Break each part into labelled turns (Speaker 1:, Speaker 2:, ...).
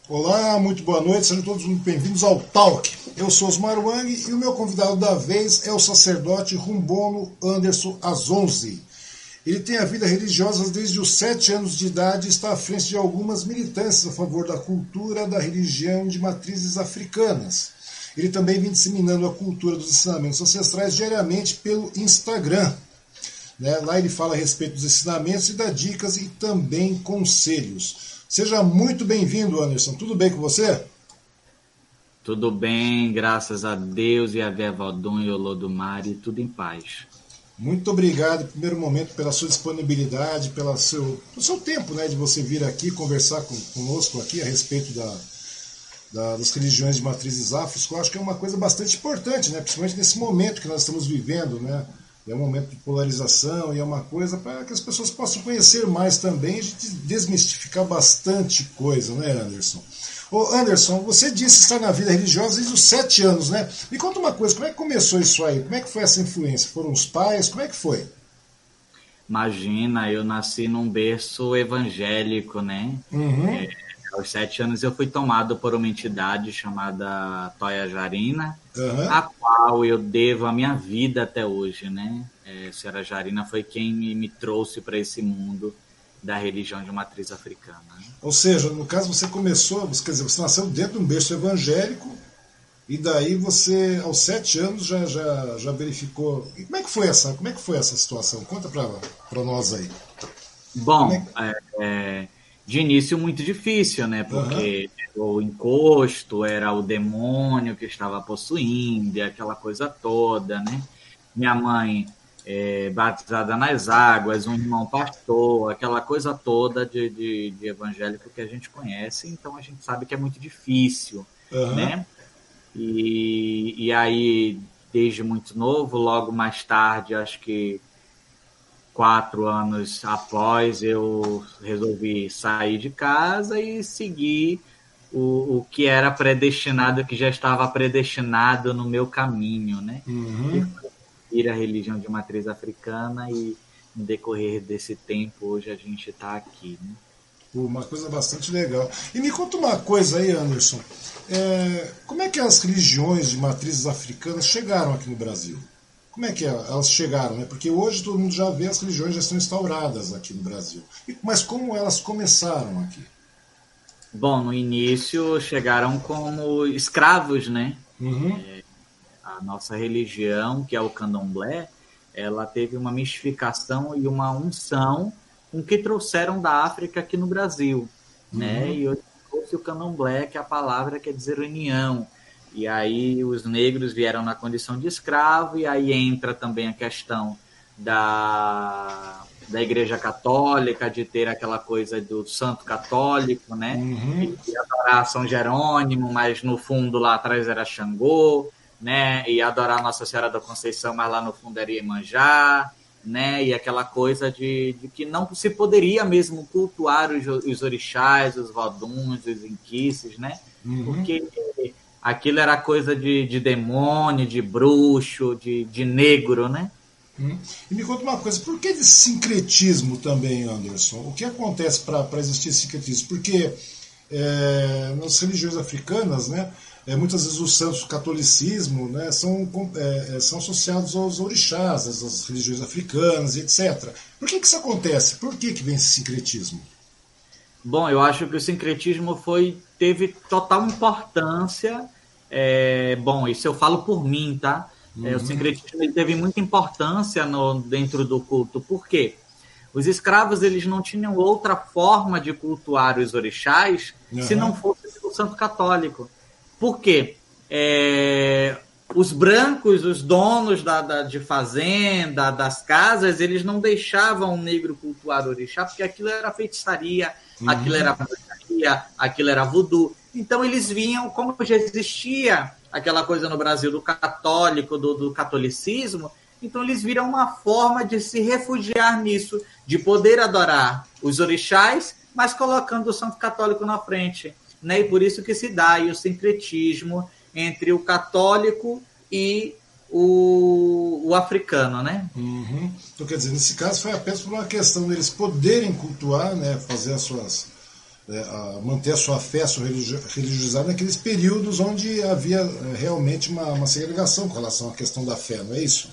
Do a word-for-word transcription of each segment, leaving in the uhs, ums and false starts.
Speaker 1: Olá, muito boa noite, sejam todos muito bem-vindos ao Talk. Eu sou Osmar Wang e o meu convidado da vez é o sacerdote Rumbono Anderson Azonzi. Ele tem a vida religiosa desde os sete anos de idade e está à frente de algumas militâncias a favor da cultura da religião de matrizes africanas. Ele também vem disseminando a cultura dos ensinamentos ancestrais diariamente pelo Instagram. Né? Lá ele fala a respeito dos ensinamentos e dá dicas e também conselhos. Seja muito bem-vindo, Anderson. Tudo bem com você?
Speaker 2: Tudo bem, graças a Deus e a Vé Valdum e o Lodumare, tudo em paz.
Speaker 1: Muito obrigado, em primeiro momento, pela sua disponibilidade, pelo seu, pelo seu tempo, né, de você vir aqui conversar com, conosco aqui a respeito da, da, das religiões de matrizes afros, que eu acho que é uma coisa bastante importante, né, principalmente nesse momento que nós estamos vivendo, né? É um momento de polarização e é uma coisa para que as pessoas possam conhecer mais também, a gente desmistificar bastante coisa, né, Anderson? Ô, Anderson, você disse estar na vida religiosa desde os sete anos, né? Me conta uma coisa, como é que começou isso aí? Como é que foi essa influência? Foram os pais? Como é que foi?
Speaker 2: Imagina, eu nasci num berço evangélico, né?
Speaker 1: Uhum.
Speaker 2: É, aos sete anos eu fui tomado por uma entidade chamada Toia Jarina,
Speaker 1: Uhum.
Speaker 2: a qual eu devo a minha vida até hoje, né? É, a senhora Jarina foi quem me trouxe para esse mundo da religião de matriz africana.
Speaker 1: Ou seja, no caso você começou, quer dizer, você nasceu dentro de um berço evangélico e daí você, aos sete anos, já, já, já verificou. E como é que foi essa, como é que foi essa situação? Conta para nós aí.
Speaker 2: Bom,
Speaker 1: é que...
Speaker 2: é, é, de início muito difícil, né? Porque
Speaker 1: uhum.
Speaker 2: o encosto era o demônio que estava possuindo, e aquela coisa toda, né? Minha mãe é, batizada nas águas, um irmão pastor, aquela coisa toda de, de, de evangélico que a gente conhece, então a gente sabe que é muito difícil,
Speaker 1: uhum.
Speaker 2: né? E, e aí, desde muito novo, logo mais tarde, acho que quatro anos após, eu resolvi sair de casa e seguir o, o que era predestinado, que já estava predestinado no meu caminho, né?
Speaker 1: Uhum.
Speaker 2: Que foi ir a religião de matriz africana e no decorrer desse tempo, hoje a gente está aqui, né?
Speaker 1: Uma coisa bastante legal. E me conta uma coisa aí, Anderson. É, como é que as religiões de matrizes africanas chegaram aqui no Brasil? Como é que elas chegaram, né? Porque hoje todo mundo já vê as religiões já estão instauradas aqui no Brasil. Mas como elas começaram aqui?
Speaker 2: Bom, no início chegaram como escravos, né?
Speaker 1: Uhum.
Speaker 2: É, a nossa religião, que é o candomblé, ela teve uma mistificação e uma unção com que trouxeram da África aqui no Brasil,
Speaker 1: uhum.
Speaker 2: né? E hoje trouxe o candomblé, que é a palavra quer dizer união. E aí os negros vieram na condição de escravo, e aí entra também a questão da, da Igreja Católica, de ter aquela coisa do santo católico, né?
Speaker 1: Uhum.
Speaker 2: E adorar São Jerônimo, mas no fundo lá atrás era Xangô, né? E adorar Nossa Senhora da Conceição, mas lá no fundo era Iemanjá, né? E aquela coisa de, de que não se poderia mesmo cultuar os, os orixás, os voduns, os inquices, né?
Speaker 1: Uhum.
Speaker 2: Porque aquilo era coisa de, de demônio, de bruxo, de, de negro, né?
Speaker 1: Uhum. E me conta uma coisa, por que esse sincretismo também, Anderson? O que acontece para existir esse sincretismo? Porque é, nas religiões africanas, né, é, muitas vezes os santos do catolicismo, né, são, é, são associados aos orixás, às religiões africanas, etcétera. Por que, que isso acontece? Por que, que vem esse sincretismo?
Speaker 2: Bom, eu acho que o sincretismo foi, teve total importância. É, bom, isso eu falo por mim, tá?
Speaker 1: Uhum.
Speaker 2: É, o sincretismo ele teve muita importância no, dentro do culto. Por quê? Os escravos eles não tinham outra forma de cultuar os orixás uhum. se não fosse o santo católico. Por quê? É, os brancos, os donos da, da, de fazenda, das casas, eles não deixavam o negro cultuar o orixá, porque aquilo era feitiçaria, uhum. aquilo era bruxaria, aquilo era voodoo. Então eles vinham, como já existia aquela coisa no Brasil do católico, do, do catolicismo, então eles viram uma forma de se refugiar nisso, de poder adorar os orixás, mas colocando o santo católico na frente. Né? E por isso que se dá aí o sincretismo entre o católico e o, o africano, né?
Speaker 1: Uhum. Então, quer dizer, nesse caso foi apenas por uma questão deles poderem cultuar, né, fazer as suas, é, a manter a sua fé, a sua religiosidade naqueles períodos onde havia é, realmente uma, uma segregação com relação à questão da fé, não é isso?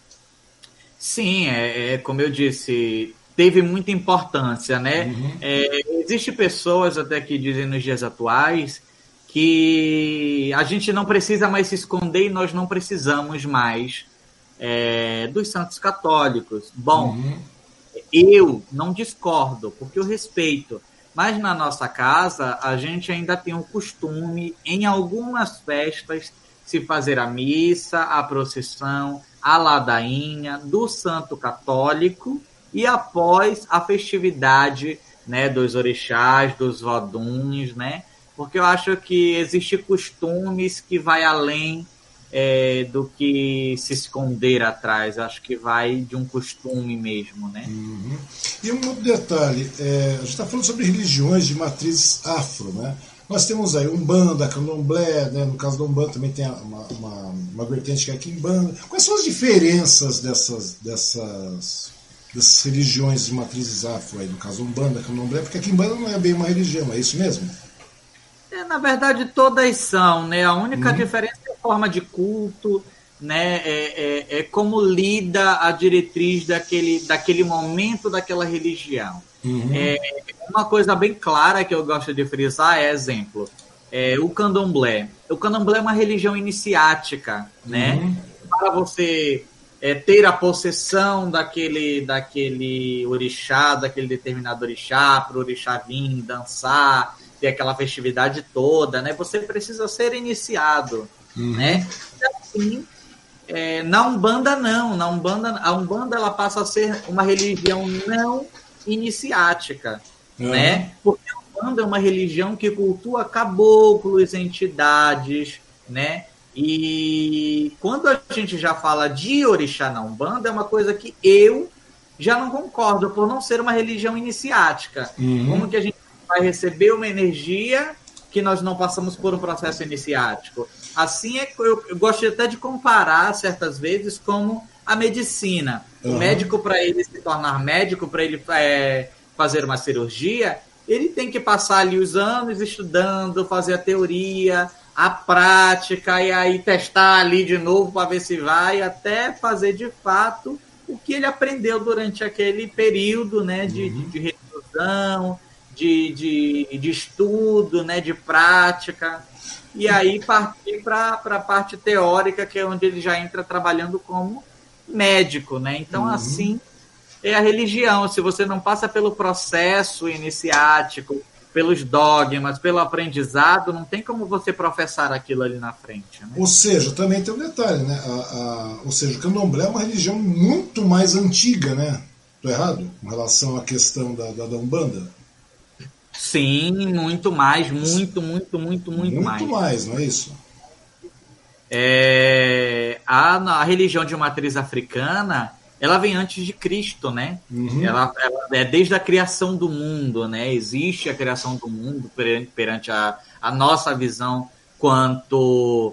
Speaker 2: Sim, é, é como eu disse, teve muita importância, né? Uhum. É, Existem pessoas até que dizem nos dias atuais que a gente não precisa mais se esconder e nós não precisamos mais é, dos santos católicos. Bom, uhum. eu não discordo, porque eu respeito, mas na nossa casa a gente ainda tem o costume, em algumas festas, se fazer a missa, a procissão, a ladainha do santo católico e após a festividade, né, dos orixás, dos voduns, né? Porque eu acho que existem costumes que vai além é, do que se esconder atrás. Eu acho que vai de um costume mesmo, né?
Speaker 1: Uhum. E um outro detalhe, é, a gente está falando sobre religiões de matriz afro, né? Nós temos aí Umbanda, Candomblé, né? No caso da Umbanda também tem uma, uma, uma vertente que é a Quimbanda. Quais são as diferenças dessas, dessas, dessas religiões de matrizes afro aí, no caso Umbanda, Candomblé? Porque a Quimbanda não é bem uma religião, é isso mesmo?
Speaker 2: É, na verdade, todas são, né? A única uhum. diferença é a forma de culto, né? É, é, é como lida a diretriz daquele, daquele momento, daquela religião. Uhum. É, uma coisa bem clara que eu gosto de frisar é, exemplo, é, o candomblé. O candomblé é uma religião iniciática, né? Uhum. Para você é, ter a possessão daquele, daquele orixá, daquele determinado orixá, para o orixá vir dançar, ter aquela festividade toda, né? Você precisa ser iniciado, uhum. né? E assim, é, na Umbanda não, na Umbanda, a Umbanda ela passa a ser uma religião não iniciática, uhum. né? Porque a Umbanda é uma religião que cultua caboclos, entidades, né? E quando a gente já fala de orixá na Umbanda, é uma coisa que eu já não concordo, por não ser uma religião iniciática. Uhum. Como que a gente vai receber uma energia que nós não passamos por um processo iniciático? Assim, é, eu, eu gosto até de comparar, certas vezes, como a medicina. Uhum. O médico, para ele se tornar médico, para ele é, fazer uma cirurgia, ele tem que passar ali os anos estudando, fazer a teoria, a prática, e aí testar ali de novo para ver se vai, até fazer de fato o que ele aprendeu durante aquele período, né, de, uhum. de, de reclusão, De, de, de estudo, né, de prática, e aí partir para a parte teórica, que é onde ele já entra trabalhando como médico, né? Então, uhum. assim, é a religião. Se você não passa pelo processo iniciático, pelos dogmas, pelo aprendizado, não tem como você professar aquilo ali na frente, né?
Speaker 1: Ou seja, também tem um detalhe, né? A, a, ou seja, o candomblé é uma religião muito mais antiga, né? Estou errado? Com relação à questão da, da, da Umbanda?
Speaker 2: Sim, muito mais, muito, muito, muito, muito, muito mais.
Speaker 1: Muito mais, não é isso?
Speaker 2: É, a, a religião de matriz africana, ela vem antes de Cristo, né? Uhum. Ela, ela é desde a criação do mundo, né? Existe a criação do mundo perante, perante a, a nossa visão quanto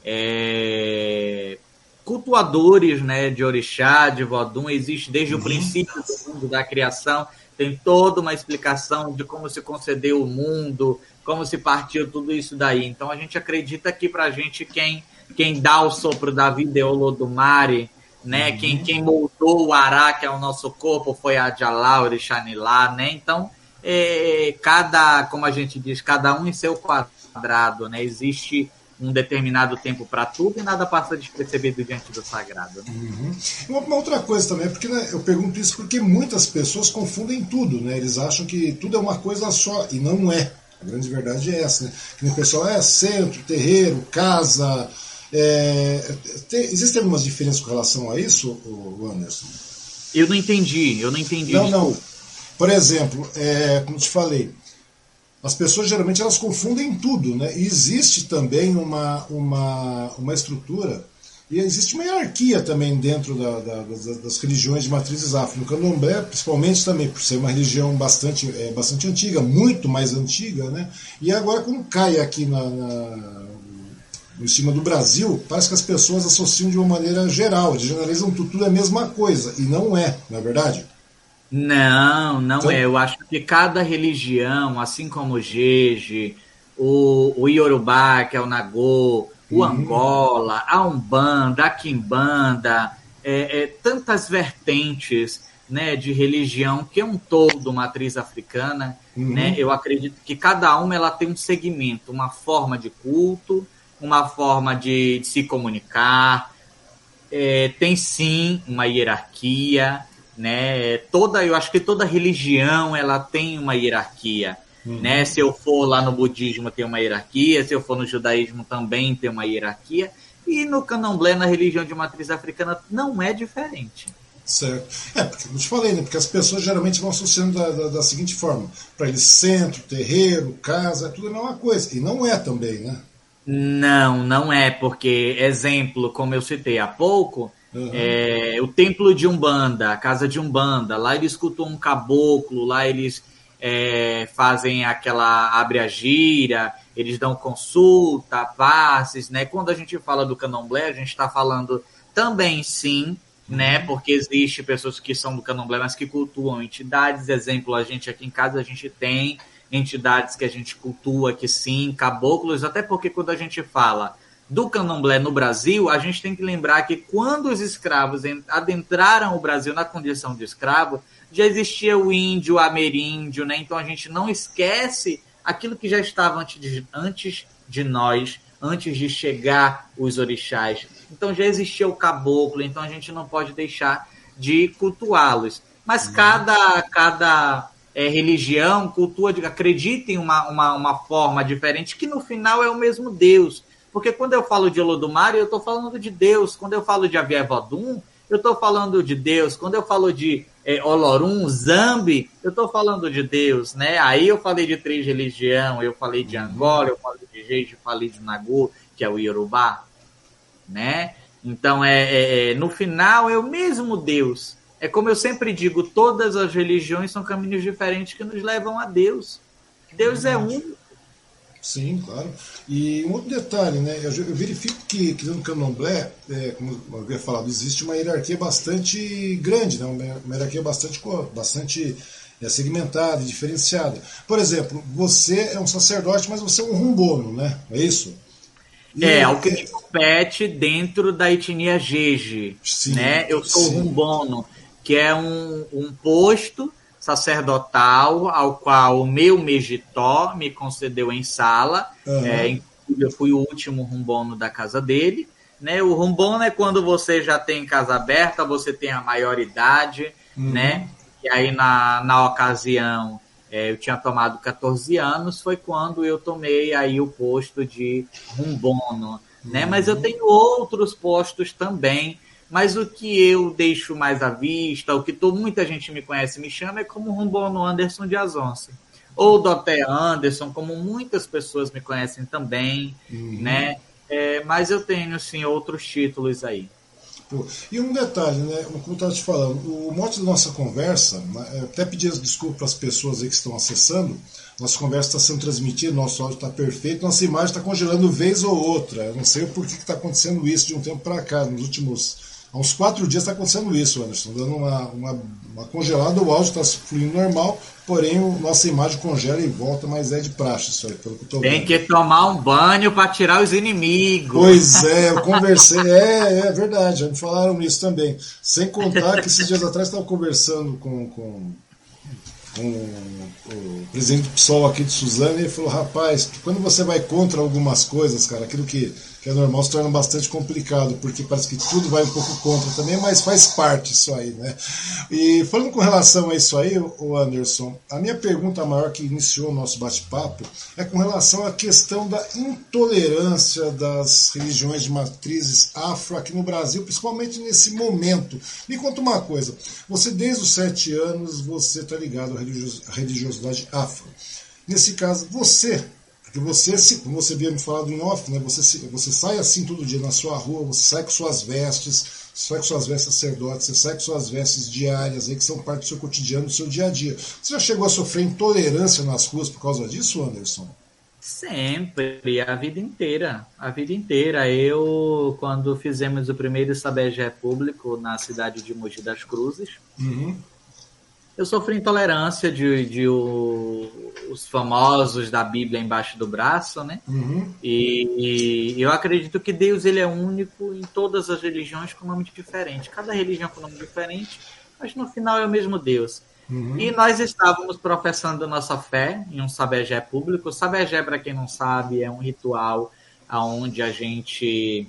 Speaker 2: é, cultuadores, né, de orixá, de vodum. Existe desde uhum. o princípio do mundo, da criação. Tem toda uma explicação de como se concedeu o mundo, como se partiu tudo isso daí. Então a gente acredita que pra gente quem, quem dá o sopro da vida é o Olodumare, né? Uhum. Quem, quem moldou o Ará, que é o nosso corpo, foi a Djalá, o Orixanilá, né? Então, é, cada, como a gente diz, cada um em seu quadrado, né? Existe um determinado tempo para tudo e nada passa despercebido diante do sagrado. Né?
Speaker 1: Uhum. Uma, uma outra coisa também, porque né, eu pergunto isso porque muitas pessoas confundem tudo, né? Eles acham que tudo é uma coisa só, e não é. A grande verdade é essa, né? Que o pessoal é centro, terreiro, casa. É, tem, existem algumas diferenças com relação a isso, Anderson?
Speaker 2: Eu não entendi, eu não entendi.
Speaker 1: Não, não. Por exemplo, é, como te falei, as pessoas geralmente elas confundem tudo, né? E existe também uma, uma, uma estrutura, e existe uma hierarquia também dentro da, da, das, das religiões de matrizes afro. No candomblé, principalmente também, por ser uma religião bastante, é, bastante antiga, muito mais antiga, né? E agora quando cai aqui na, na, em cima do Brasil, parece que as pessoas associam de uma maneira geral, eles generalizam tudo, tudo é a mesma coisa, e não é, não é verdade?
Speaker 2: Não, não
Speaker 1: Então,
Speaker 2: é. Eu acho que cada religião, assim como o Jeje, o, o Iorubá, que é o Nagô, o
Speaker 1: uhum,
Speaker 2: Angola, a Umbanda, a Quimbanda, é, é, tantas vertentes, né, de religião que é um todo matriz africana, né?
Speaker 1: uhum,
Speaker 2: Eu acredito que cada uma ela tem um segmento, uma forma de culto, uma forma de, de se comunicar, é, tem sim uma hierarquia, né? Toda, eu acho que toda religião ela tem uma hierarquia, né?
Speaker 1: uhum.
Speaker 2: Se eu for lá no budismo tem uma hierarquia, se eu for no judaísmo também tem uma hierarquia, e no candomblé, na religião de matriz africana, não é diferente.
Speaker 1: Certo. É, porque eu te falei, né? Porque as pessoas geralmente vão associando da, da, da seguinte forma: para eles, centro, terreiro, casa, é tudo a mesma coisa. E não é também, né?
Speaker 2: Não, não é, porque, exemplo, como eu citei há pouco,
Speaker 1: Uhum,
Speaker 2: é, o templo de Umbanda, a casa de Umbanda, lá eles cultuam um caboclo, lá eles é, fazem aquela, abre a gira, eles dão consulta, passes, né? Quando a gente fala do candomblé, a gente está falando também sim, né?
Speaker 1: uhum,
Speaker 2: Porque existe pessoas que são do candomblé, mas que cultuam entidades, exemplo, a gente aqui em casa, a gente tem entidades que a gente cultua que sim, caboclos, até porque quando a gente fala do candomblé no Brasil, a gente tem que lembrar que quando os escravos adentraram o Brasil na condição de escravo, já existia o índio, o ameríndio, né? Então a gente não esquece aquilo que já estava antes de, antes de nós, antes de chegar os orixás. Então já existia o caboclo, então a gente não pode deixar de cultuá-los. Mas
Speaker 1: uhum.
Speaker 2: cada, cada é, religião, cultura, acredita em uma, uma, uma forma diferente, que no final é o mesmo Deus. Porque quando eu falo de Olodumare, eu estou falando de Deus. Quando eu falo de Avié Vodum, eu estou falando de Deus. Quando eu falo de é, Olorum, Zambi, eu estou falando de Deus, né? Aí eu falei de três religiões, eu falei de
Speaker 1: Uhum.
Speaker 2: Angola, eu falei de Jeje, eu falei de Nagô, que é o Yorubá, né? Então, é, é, é, no final, é o mesmo Deus. É como eu sempre digo, todas as religiões são caminhos diferentes que nos levam a Deus. Deus é
Speaker 1: Verdade.
Speaker 2: um.
Speaker 1: Sim, claro. E um outro detalhe, né? Eu, eu verifico que, que no candomblé, é, como eu havia falado, existe uma hierarquia bastante grande, né? uma, uma hierarquia bastante, bastante é, segmentada e diferenciada. Por exemplo, você é um sacerdote, mas você é um rumbono, né? É isso? E
Speaker 2: É,
Speaker 1: aí,
Speaker 2: ao que me
Speaker 1: é,
Speaker 2: compete dentro da etnia Jeje,
Speaker 1: sim,
Speaker 2: né? Eu sou o
Speaker 1: sim.
Speaker 2: Rumbono, que é um, um posto sacerdotal ao qual o meu Megitó me concedeu em sala. É,
Speaker 1: Aham.
Speaker 2: inclusive, eu fui o último Rumbono da casa dele. Né? O Rumbono é quando você já tem casa aberta, você tem a maioridade, né?
Speaker 1: Uhum.
Speaker 2: E aí, na, na ocasião, é, eu tinha tomado catorze anos, foi quando eu tomei aí o posto de rumbono, né? Mas eu
Speaker 1: Uhum.
Speaker 2: tenho outros postos também, mas o que eu deixo mais à vista, o que tô, muita gente me conhece me chama é como rumbono Anderson de Azonce. Ou Doté Anderson, como muitas pessoas me conhecem também,
Speaker 1: Uhum.
Speaker 2: né? É, mas eu tenho, sim, outros títulos aí.
Speaker 1: Pô, e um detalhe, né? Como eu estava te falando, o mote da nossa conversa, né, é até pedir desculpas para as pessoas aí que estão acessando. Nossa conversa está sendo transmitida, nosso áudio está perfeito, nossa imagem está congelando vez ou outra. Eu não sei por que está acontecendo isso de um tempo para cá. Nos últimos. Há uns quatro dias está acontecendo isso, Anderson, dando uma, uma, uma congelada, o áudio está fluindo normal, porém a nossa imagem congela e volta, mas é de praxe isso aí, pelo que eu estou
Speaker 2: Tem
Speaker 1: vendo.
Speaker 2: que tomar um banho para tirar os inimigos.
Speaker 1: Pois é, eu conversei, é, é verdade, já me falaram isso também. Sem contar que esses dias atrás estava conversando com, com, com o presidente do PSOL aqui de Suzano e ele falou, rapaz, quando você vai contra algumas coisas, cara, aquilo que, que é normal se torna bastante complicado, porque parece que tudo vai um pouco contra também, mas faz parte isso aí, né? E falando com relação a isso aí, o Anderson, a minha pergunta maior que iniciou o nosso bate-papo é com relação à questão da intolerância das religiões de matrizes afro aqui no Brasil, principalmente nesse momento. Me conta uma coisa, você desde os sete anos você está ligado à religiosidade afro. Nesse caso, você, porque você, como você havia me falado em off, né, você, você sai assim todo dia na sua rua, você sai com suas vestes, você sai com suas vestes sacerdotes, você sai com suas vestes diárias, aí, que são parte do seu cotidiano, do seu dia a dia. Você já chegou a sofrer intolerância nas ruas por causa disso, Anderson?
Speaker 2: Sempre, a vida inteira, a vida inteira. Eu, quando fizemos o primeiro Sabesgé público na cidade de Mogi das Cruzes,
Speaker 1: Uhum.
Speaker 2: Eu sofri intolerância de, de o, os famosos da Bíblia embaixo do braço, né?
Speaker 1: Uhum.
Speaker 2: E, e eu acredito que Deus ele é único em todas as religiões com nome diferente. Cada religião com nome diferente, mas no final é o mesmo Deus. Uhum. E nós estávamos professando nossa fé em um sabejé público. O sabejé, para quem não sabe, é um ritual onde a gente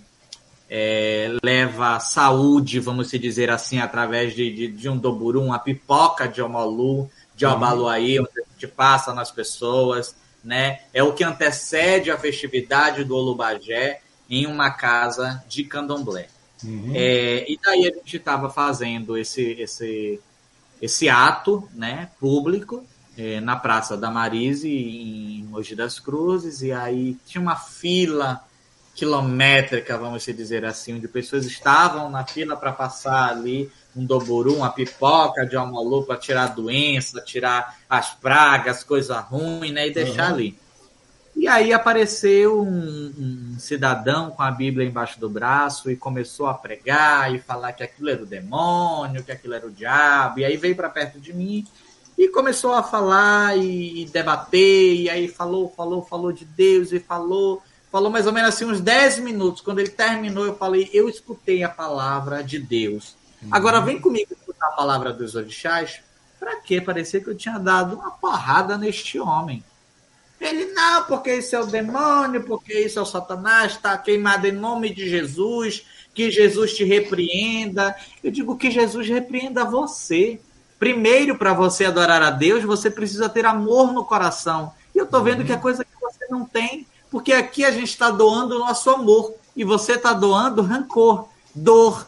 Speaker 2: é, leva saúde, vamos dizer assim, através de, de, de um doburum, uma pipoca de omolu, de obaluaí, onde a gente passa nas pessoas, né? É o que antecede a festividade do Olubajé em uma casa de candomblé. Uhum. É, e daí a gente estava fazendo esse... esse esse ato, né, público, eh, na Praça da Marise, em Mogi das Cruzes, e aí tinha uma fila quilométrica, vamos dizer assim, onde pessoas estavam na fila para passar ali um doborum, uma pipoca de omolu para tirar a doença, tirar as pragas, coisa ruim, né, e deixar uhum. ali. E aí apareceu um, um cidadão com a Bíblia embaixo do braço e começou a pregar e falar que aquilo era o demônio, que aquilo era o diabo. E aí veio para perto de mim e começou a falar e, e debater. E aí falou, falou, falou de Deus e falou, falou mais ou menos assim uns dez minutos. Quando ele terminou, eu falei, eu escutei a palavra de Deus. Uhum. Agora vem comigo escutar a palavra dos orixás. Para quê? Parecia que eu tinha dado uma porrada neste homem. Ele, não, porque isso é o demônio, porque isso é o Satanás, está queimado em nome de Jesus, que Jesus te repreenda. Eu digo que Jesus repreenda você. Primeiro, para você adorar a Deus, você precisa ter amor no coração. E eu estou vendo uhum. que é coisa que você não tem, porque aqui a gente está doando o nosso amor, e você está doando rancor, dor,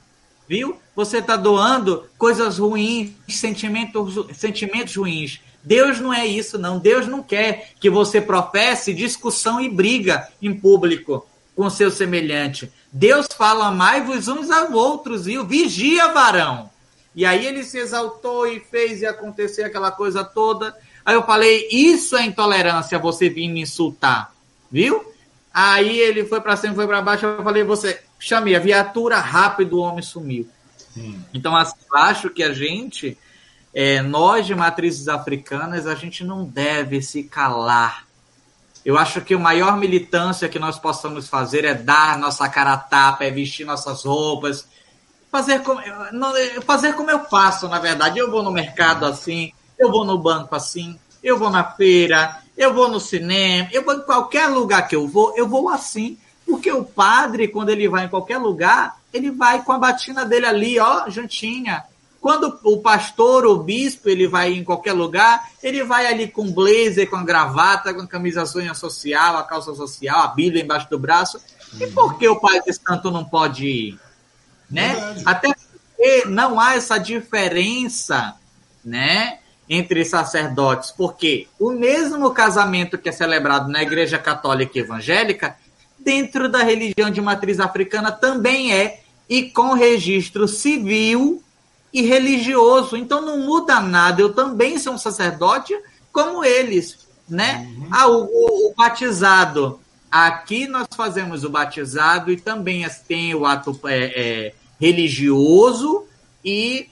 Speaker 2: viu? Você está doando coisas ruins, sentimentos, sentimentos ruins. Deus não é isso, não. Deus não quer que você professe discussão e briga em público com seu semelhante. Deus fala, amai-vos uns aos outros, viu? Vigia, varão. E aí ele se exaltou e fez e acontecer aquela coisa toda. Aí eu falei, isso é intolerância, você vir me insultar, viu? Aí ele foi para cima, foi para baixo, eu falei, você, chamei a viatura, rápido o homem sumiu. Hum. Então, assim, eu acho que a gente... É, nós, de matrizes africanas, a gente não deve se calar. Eu acho que a maior militância que nós possamos fazer é dar nossa cara a tapa, é vestir nossas roupas, fazer como, não, fazer como eu faço, na verdade. Eu vou no mercado assim, eu vou no banco assim, eu vou na feira, eu vou no cinema, eu vou em qualquer lugar que eu vou, eu vou assim. Porque o padre, quando ele vai em qualquer lugar, ele vai com a batina dele ali, ó, juntinha. Quando o pastor, o bispo, ele vai em qualquer lugar, ele vai ali com blazer, com a gravata, com a camisa sonha social, a calça social, a Bíblia embaixo do braço. Uhum. E por que o pai de santo não pode ir? Né? Até porque não há essa diferença, né, entre sacerdotes. Porque o mesmo casamento que é celebrado na Igreja Católica e Evangélica, dentro da religião de matriz africana também é, e com registro civil e religioso, então não muda nada, eu também sou um sacerdote como eles, né? Uhum. Ah, o, o, o batizado, aqui nós fazemos o batizado e também tem o ato é, é, religioso e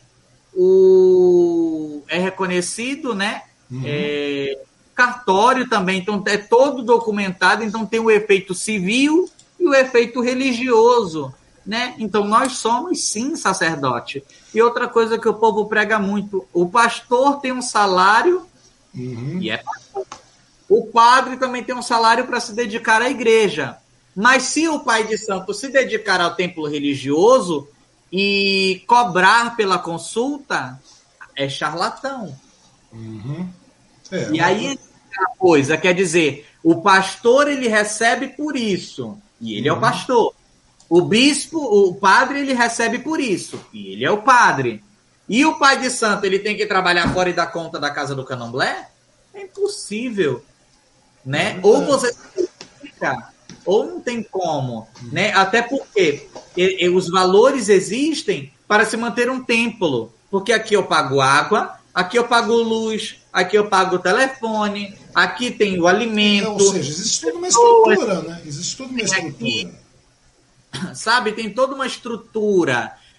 Speaker 2: o, é reconhecido, né? Uhum. É, cartório também, então é todo documentado, então tem o efeito civil e o efeito religioso, né? Então nós somos sim sacerdote. E outra coisa que o povo prega muito, o pastor tem um salário uhum. e é pastor. O padre também tem um salário para se dedicar à igreja. Mas se o pai de santo se dedicar ao templo religioso e cobrar pela consulta, é charlatão.
Speaker 1: Uhum. É,
Speaker 2: e aí é a coisa, quer dizer, o pastor ele recebe por isso, e ele uhum. é o pastor. O bispo, o padre, ele recebe por isso, e ele é o padre. E o pai de santo, ele tem que trabalhar fora e dar conta da casa do candomblé? É impossível, né? É. Ou você fica, ou não tem como, né? Até porque e, e, os valores existem para se manter um templo, porque aqui eu pago água, aqui eu pago luz, aqui eu pago o telefone, aqui tem o alimento.
Speaker 1: Ou seja, existe toda uma estrutura, né? Existe toda uma estrutura.
Speaker 2: Aqui, sabe, tem toda uma estrutura.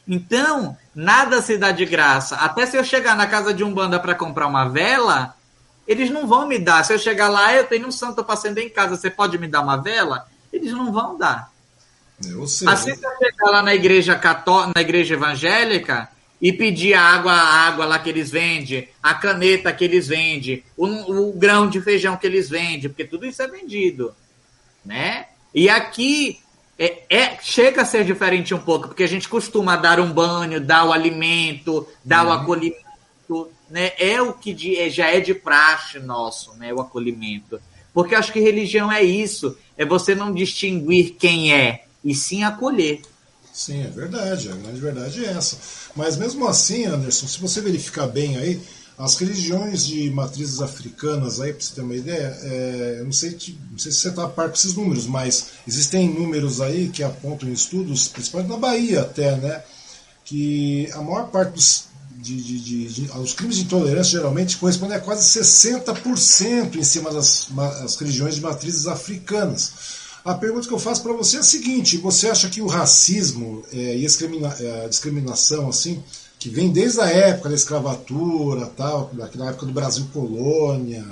Speaker 2: Então, nada se dá de graça. Até se eu chegar na casa de Umbanda para comprar uma vela, eles não vão me dar. Se eu chegar lá, eu tenho um santo para acender em casa, você pode me dar uma vela? Eles não vão dar.
Speaker 1: Eu sei.
Speaker 2: Assim, se eu chegar lá na igreja católica, na igreja evangélica, e pedir a água, a água lá que eles vendem, a caneta que eles vendem, o, o grão de feijão que eles vendem, porque tudo isso é vendido, né? E aqui é, é, chega a ser diferente um pouco, porque a gente costuma dar um banho, dar o alimento, dar uhum. o acolhimento, né? É o que de, é, já é de praxe nosso, né? O acolhimento. Porque eu acho que religião é isso, é você não distinguir quem é, e sim acolher.
Speaker 1: Sim, é verdade, a grande verdade é essa. Mas mesmo assim, Anderson, se você verificar bem aí, as religiões de matrizes africanas, aí, para você ter uma ideia, é, eu não sei, não sei se você está a par com esses números, mas existem números aí que apontam em estudos, principalmente na Bahia até, né, que a maior parte dos, de, de, de, de, os crimes de intolerância geralmente correspondem a quase sessenta por cento em cima das as religiões de matrizes africanas. A pergunta que eu faço para você é a seguinte: você acha que o racismo é, e a, discrimina, a discriminação, assim, que vem desde a época da escravatura, tal, daquela época do Brasil colônia,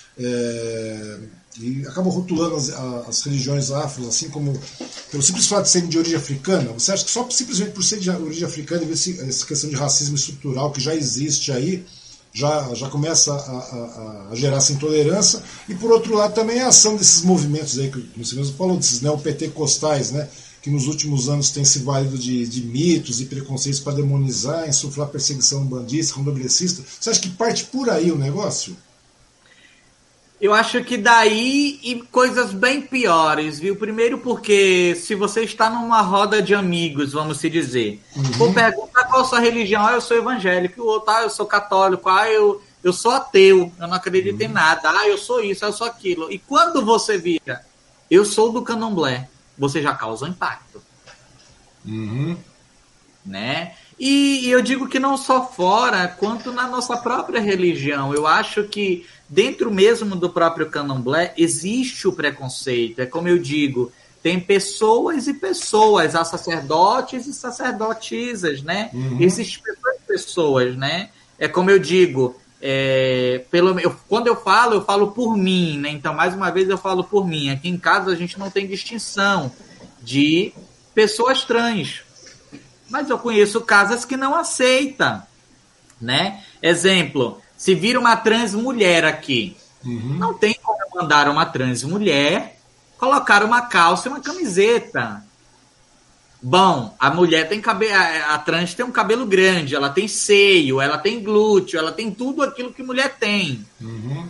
Speaker 1: é, e acabou rotulando as, as religiões afros, assim como pelo simples fato de serem de origem africana? Você acha que só simplesmente por ser de origem africana e ver essa questão de racismo estrutural que já existe aí, já, já começa a, a, a gerar essa intolerância? E por outro lado também a ação desses movimentos aí, que você mesmo falou, desses neopentecostais, né, que nos últimos anos têm se valido de, de mitos e preconceitos para demonizar, insuflar perseguição bandista, candomblessista. Você acha que parte por aí o negócio?
Speaker 2: Eu acho que daí e coisas bem piores, viu? Primeiro porque se você está numa roda de amigos, vamos se dizer, uhum. vou perguntar qual a sua religião, ah, eu sou evangélico, o outro, ah, eu sou católico, ah, eu, eu sou ateu, eu não acredito uhum. em nada, ah, eu sou isso, eu sou aquilo. E quando você vira, eu sou do candomblé, você já causa um impacto.
Speaker 1: Uhum.
Speaker 2: Né? E, e eu digo que não só fora, quanto na nossa própria religião. Eu acho que dentro mesmo do próprio candomblé existe o preconceito. É como eu digo, tem pessoas e pessoas, há sacerdotes e sacerdotisas, né?
Speaker 1: Uhum.
Speaker 2: Existem pessoas e pessoas, né? É como eu digo, é, pelo, eu, quando eu falo, eu falo por mim, né? Então, mais uma vez, eu falo por mim. Aqui em casa a gente não tem distinção de pessoas trans. Mas eu conheço casas que não aceitam, né? Exemplo, se vira uma trans mulher aqui, uhum. não tem como mandar uma trans mulher colocar uma calça e uma camiseta. Bom, a mulher tem cabelo, a trans tem um cabelo grande, ela tem seio, ela tem glúteo, ela tem tudo aquilo que mulher tem,
Speaker 1: uhum.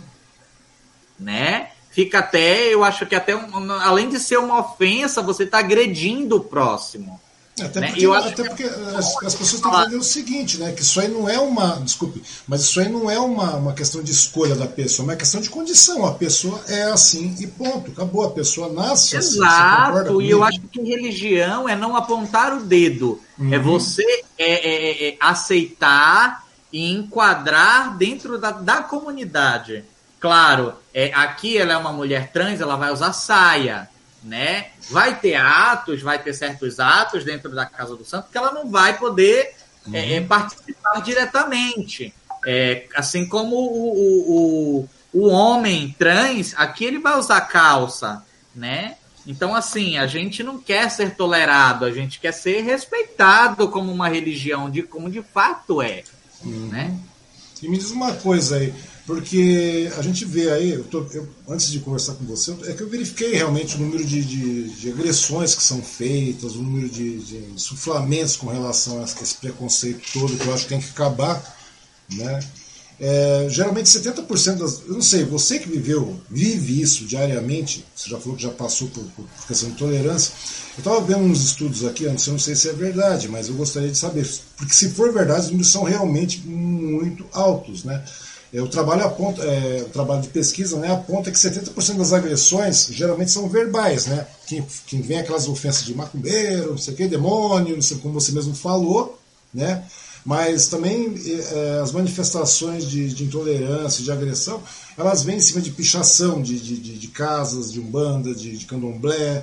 Speaker 2: né? Fica até, eu acho que até, um, além de ser uma ofensa, você está agredindo o próximo.
Speaker 1: Até
Speaker 2: né?
Speaker 1: porque,
Speaker 2: eu
Speaker 1: até porque as, as pessoas têm que entender o seguinte, né? Que isso aí não é uma. Desculpe, mas isso aí não é uma, uma questão de escolha da pessoa, é uma questão de condição. A pessoa é assim e ponto. Acabou. A pessoa nasce assim.
Speaker 2: Exato, e eu acho que religião é não apontar o dedo. Uhum. É você é, é, é aceitar e enquadrar dentro da, da comunidade. Claro, é, aqui ela é uma mulher trans, ela vai usar saia. Né? Vai ter atos, vai ter certos atos dentro da Casa do Santo que ela não vai poder uhum. é, participar diretamente. É, assim como o, o, o, o homem trans, aqui ele vai usar calça, né? Então, assim, a gente não quer ser tolerado, a gente quer ser respeitado como uma religião, de, como de fato é. Uhum. Né?
Speaker 1: E me diz uma coisa aí, porque a gente vê aí, eu tô, eu, antes de conversar com você, é que eu verifiquei realmente o número de, de, de agressões que são feitas, o número de, de insuflamentos com relação a esse preconceito todo, que eu acho que tem que acabar, né? É, geralmente setenta por cento das... Eu não sei, você que viveu, vive isso diariamente, você já falou que já passou por, por questão de tolerância. Eu estava vendo uns estudos aqui, antes, eu não sei se é verdade, mas eu gostaria de saber, porque se for verdade, os números são realmente muito altos, né? O trabalho, aponta, é, o trabalho de pesquisa, né, aponta que setenta por cento das agressões geralmente são verbais, né? Quem, quem vem aquelas ofensas de macumbeiro, não sei o que, demônio, não sei como você mesmo falou, né? Mas também é, as manifestações de, de intolerância, de agressão, elas vêm em cima de pichação de, de, de, de casas, de umbanda, de, de candomblé,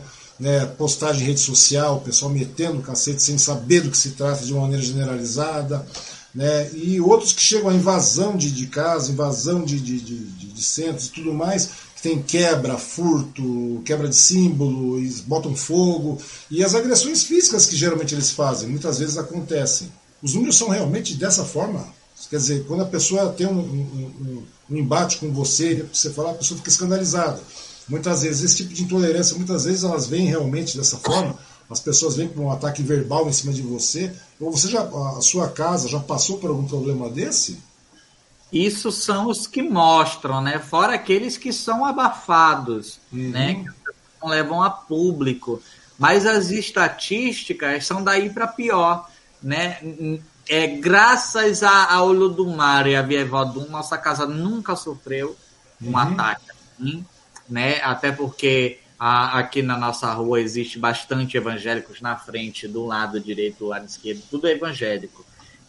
Speaker 1: né, postagem em rede social, o pessoal metendo o cacete sem saber do que se trata de uma maneira generalizada, né, e outros que chegam à invasão de, de casa, invasão de, de, de, de centros e tudo mais, que tem quebra, furto, quebra de símbolo, eles botam fogo, e as agressões físicas que geralmente eles fazem, muitas vezes acontecem. Os números são realmente dessa forma. Quer dizer, quando a pessoa tem um, um, um, um embate com você, você fala, a pessoa fica escandalizada. Muitas vezes, esse tipo de intolerância, muitas vezes elas vêm realmente dessa forma, as pessoas vêm com um ataque verbal em cima de você, ou você já, a sua casa já passou por algum problema desse?
Speaker 2: Isso são os que mostram, né? Fora aqueles que são abafados, uhum. né? Que não levam a público. Mas as estatísticas são daí para pior, né? É, graças a, ao Ludumar e a Vievodum, nossa casa nunca sofreu um uhum. ataque assim, né? Até porque a, aqui na nossa rua existe bastante evangélicos na frente, do lado direito, do lado esquerdo, tudo é evangélico.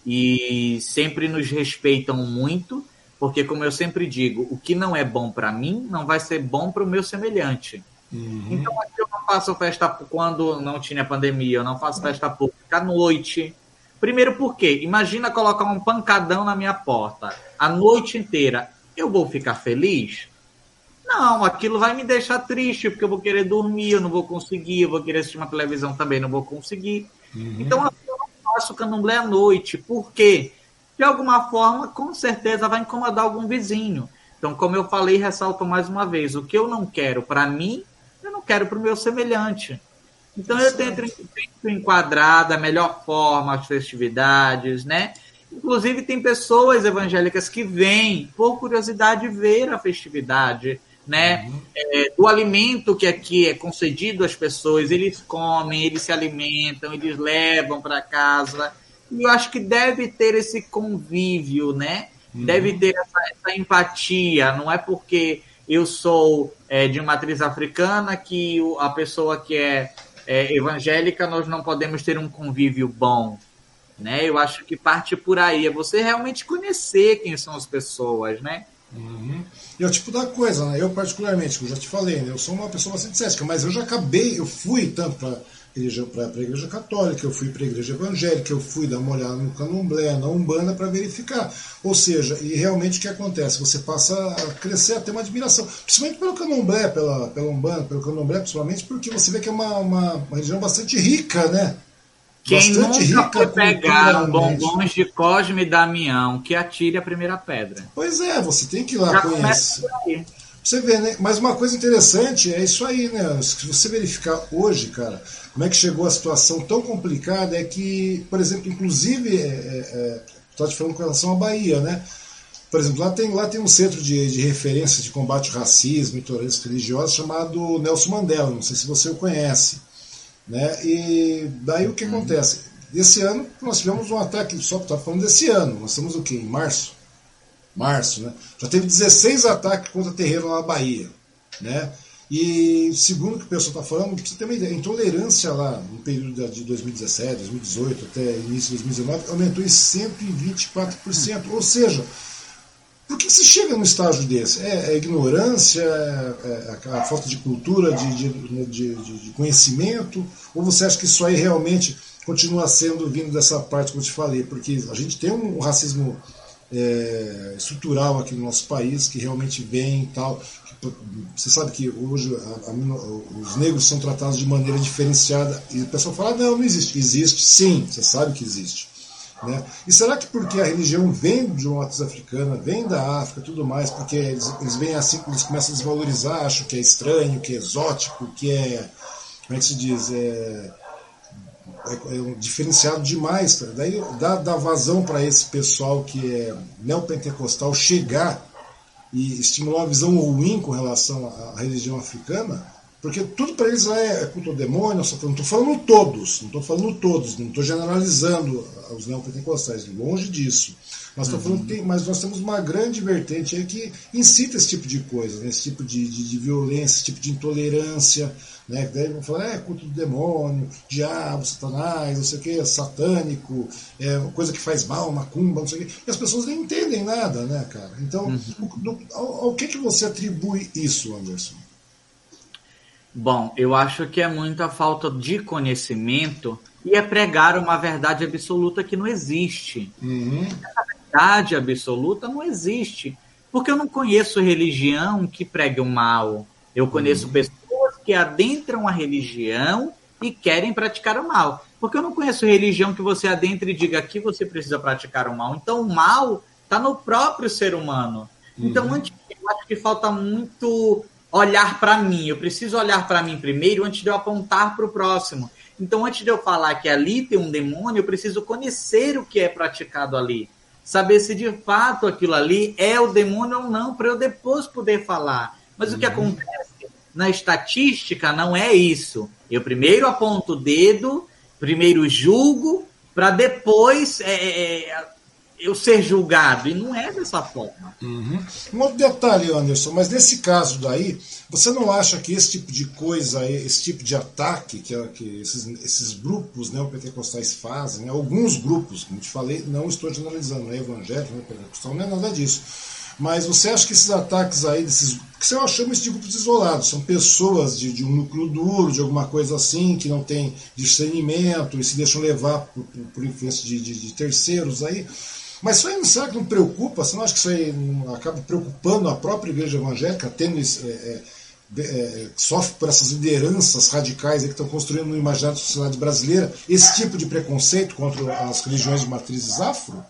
Speaker 2: E sempre nos respeitam muito, porque, como eu sempre digo, o que não é bom para mim não vai ser bom para o meu semelhante. Uhum. Então, aqui eu não faço festa quando não tinha pandemia, eu não faço festa pública à noite. Primeiro porque, imagina colocar um pancadão na minha porta a noite inteira. Eu vou ficar feliz? Não, aquilo vai me deixar triste, porque eu vou querer dormir, eu não vou conseguir, eu vou querer assistir uma televisão também, não vou conseguir. Uhum. Então, eu não faço candomblé à noite. Por quê? De alguma forma, com certeza, vai incomodar algum vizinho. Então, como eu falei, ressalto mais uma vez, o que eu não quero para mim, eu não quero para o meu semelhante. Então eu tento, tento enquadrar da melhor forma as festividades, né? Inclusive tem pessoas evangélicas que vêm, por curiosidade, ver a festividade, né? Uhum. É, do alimento que aqui é concedido às pessoas, eles comem, eles se alimentam, eles levam para casa. E eu acho que deve ter esse convívio, né? Uhum. Deve ter essa, essa empatia, não é porque eu sou é, de matriz africana que a pessoa que é É, evangélica, nós não podemos ter um convívio bom, né? Eu acho que parte por aí, é você realmente conhecer quem são as pessoas, né?
Speaker 1: Uhum. E é o tipo da coisa, né? Eu particularmente, como eu já te falei, né? Eu sou uma pessoa bastante cética, mas eu já acabei, eu fui tanto para igreja, para a igreja católica, eu fui para a igreja evangélica, eu fui dar uma olhada no candomblé, na umbanda, para verificar. Ou seja, e realmente o que acontece? Você passa a crescer, a ter uma admiração, principalmente pelo candomblé, pela, pela umbanda, pelo candomblé, principalmente porque você vê que é uma, uma, uma religião bastante rica, né?
Speaker 2: Quem bastante nunca rica foi pegar bombons de Cosme e Damião, que atire a primeira pedra.
Speaker 1: Pois é, você tem que ir lá Já conhecer. Você vê, né? Mas uma coisa interessante é isso aí, né? Se você verificar hoje, cara, como é que chegou a situação tão complicada, é que, por exemplo, inclusive, é, é, estou te falando com relação à Bahia, né? Por exemplo, lá tem, lá tem um centro de, de referência de combate ao racismo e intolerância religiosa chamado Nelson Mandela, não sei se você o conhece, né? E daí o que hum. acontece? Esse ano nós tivemos um ataque, só que está falando desse ano, nós estamos o quê? Em março? Março, né? Já teve dezesseis ataques contra terreno lá na Bahia, né? E segundo o que o pessoal está falando, pra você ter uma ideia, a intolerância lá no período de dois mil e dezessete, dois mil e dezoito até início de dois mil e dezenove aumentou em cento e vinte e quatro por cento. Ou seja, por que se chega num estágio desse? É, é ignorância, é a, a falta de cultura, de, de, de, de conhecimento? Ou você acha que isso aí realmente continua sendo vindo dessa parte que eu te falei? Porque a gente tem um racismo É, estrutural aqui no nosso país, que realmente vem e tal. Que, você sabe que hoje a, a, os negros são tratados de maneira diferenciada e o pessoal fala, não, não existe. Existe, sim, você sabe que existe. Né? E será que porque a religião vem de uma matriz africana, vem da África e tudo mais, porque eles, eles vêm assim, eles começam a desvalorizar, acham que é estranho, que é exótico, que é, como é que se diz, é É, é diferenciado demais, cara. Daí dá, dá vazão para esse pessoal que é neopentecostal chegar e estimular uma visão ruim com relação à, à religião africana, porque tudo para eles é, é culto ao demônio. Não estou falando todos, não estou falando todos, não estou generalizando os neopentecostais, longe disso. Nós uhum. falando que tem, mas nós temos uma grande vertente aí que incita esse tipo de coisa, né? Esse tipo de, de, de violência, esse tipo de intolerância, né? Daí vão falar, é culto do demônio, diabo, satanás, não sei o que, satânico, é coisa que faz mal, macumba, não sei o que. E as pessoas não entendem nada, né, cara? Então, uhum. do, ao, ao que, que você atribui isso, Anderson?
Speaker 2: Bom, eu acho que é muita falta de conhecimento e é pregar uma verdade absoluta que não existe.
Speaker 1: Uhum.
Speaker 2: Essa verdade absoluta não existe, porque eu não conheço religião que pregue o mal. Eu conheço uhum. pessoas que adentram a religião e querem praticar o mal. Porque eu não conheço religião que você adentre e diga que você precisa praticar o mal. Então, o mal está no próprio ser humano. Uhum. Então, antes, eu acho que falta muito olhar para mim. Eu preciso olhar para mim primeiro antes de eu apontar para o próximo. Então, antes de eu falar que ali tem um demônio, eu preciso conhecer o que é praticado ali. Saber se de fato aquilo ali é o demônio ou não, para eu depois poder falar. Mas uhum. o que acontece na estatística não é isso. Eu primeiro aponto o dedo, primeiro julgo, para depois é, é, eu ser julgado. E não é dessa forma.
Speaker 1: Uhum. Um outro detalhe, Anderson, mas nesse caso daí, você não acha que esse tipo de coisa, esse tipo de ataque que, que esses, esses grupos neopentecostais fazem, né, alguns grupos, como eu te falei, não estou generalizando, não é evangélico, não é pentecostal, não é nada disso. Mas você acha que esses ataques aí, desses, que você chama isso de grupos isolados, são pessoas de, de um núcleo duro, de alguma coisa assim, que não tem discernimento e se deixam levar por, por, por influência de, de, de terceiros aí. Mas isso aí não, será que não preocupa? Você não acha que isso aí não acaba preocupando a própria igreja evangélica, tendo é, é, é, sofre por essas lideranças radicais aí que estão construindo no imaginário da sociedade brasileira esse tipo de preconceito contra as religiões de matrizes afro?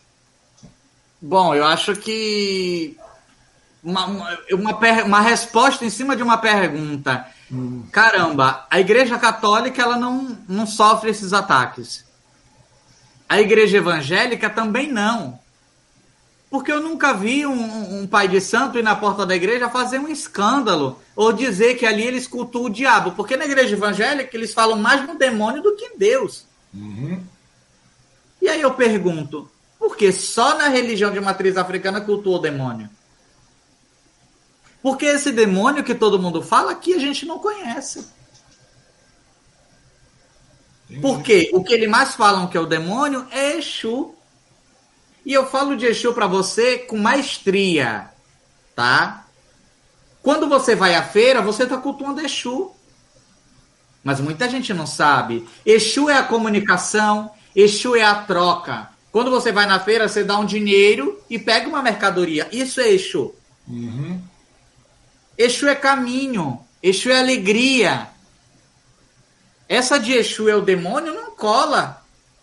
Speaker 2: Bom, eu acho que uma, uma, uma, uma resposta em cima de uma pergunta. Hum. Caramba, a Igreja Católica ela não, não sofre esses ataques. A Igreja Evangélica também não. Porque eu nunca vi um, um pai de santo ir na porta da igreja fazer um escândalo ou dizer que ali eles cultuam o diabo. Porque na Igreja Evangélica eles falam mais no demônio do que em Deus.
Speaker 1: Uhum.
Speaker 2: E aí eu pergunto, porque só na religião de matriz africana cultua o demônio? Porque esse demônio que todo mundo fala aqui a gente não conhece. Entendi. Porque o que eles mais falam que é o demônio é Exu. E eu falo de Exu para você com maestria, tá? Quando você vai à feira, você está cultuando Exu. Mas muita gente não sabe. Exu é a comunicação, Exu é a troca. Quando você vai na feira, você dá um dinheiro e pega uma mercadoria. Isso é Exu.
Speaker 1: Uhum.
Speaker 2: Exu é caminho. Exu é alegria. Essa de Exu é o demônio não cola.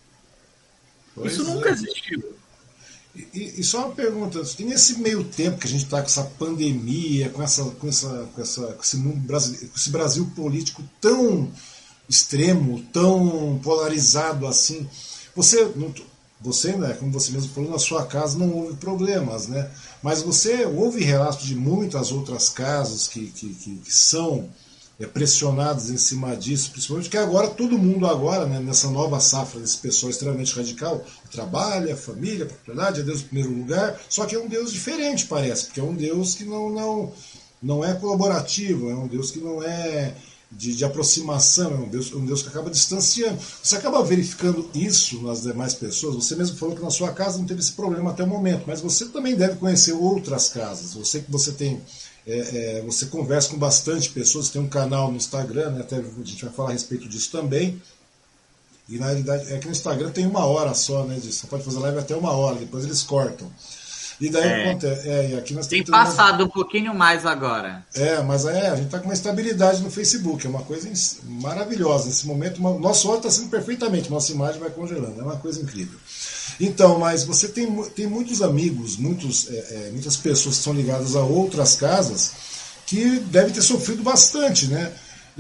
Speaker 1: Pois
Speaker 2: Isso
Speaker 1: é.
Speaker 2: nunca existiu.
Speaker 1: E, e só uma pergunta, tem nesse meio tempo que a gente está com essa pandemia, com, essa, com, essa, com, essa, com esse mundo brasileiro, com esse Brasil político tão extremo, tão polarizado assim, você... Não, Você, né, como você mesmo falou, na sua casa não houve problemas, né? Mas você ouve relatos de muitas outras casas que, que, que, que são é, pressionadas em cima disso, principalmente porque agora todo mundo agora, né, nessa nova safra desse pessoal extremamente radical, trabalha, família, propriedade, é Deus em primeiro lugar, só que é um Deus diferente, parece, porque é um Deus que não, não, não é colaborativo, é um Deus que não é... De, de aproximação, é um Deus, um Deus que acaba distanciando. Você acaba verificando isso nas demais pessoas. Você mesmo falou que na sua casa não teve esse problema até o momento, mas você também deve conhecer outras casas. Eu sei que você tem, é, é, você conversa com bastante pessoas, tem um canal no Instagram, né, até a gente vai falar a respeito disso também. E na realidade é que no Instagram tem uma hora só, né? Você pode fazer live até uma hora, depois eles cortam. E daí
Speaker 2: é.
Speaker 1: acontece. É, aqui nós
Speaker 2: tem passado uma... um pouquinho mais agora.
Speaker 1: É, mas é, a gente está com uma estabilidade no Facebook, é uma coisa maravilhosa. Nesse momento, uma... nosso olho está sendo perfeitamente, nossa imagem vai congelando, é uma coisa incrível. Então, mas você tem, tem muitos amigos, muitos, é, é, muitas pessoas que são ligadas a outras casas que devem ter sofrido bastante, né?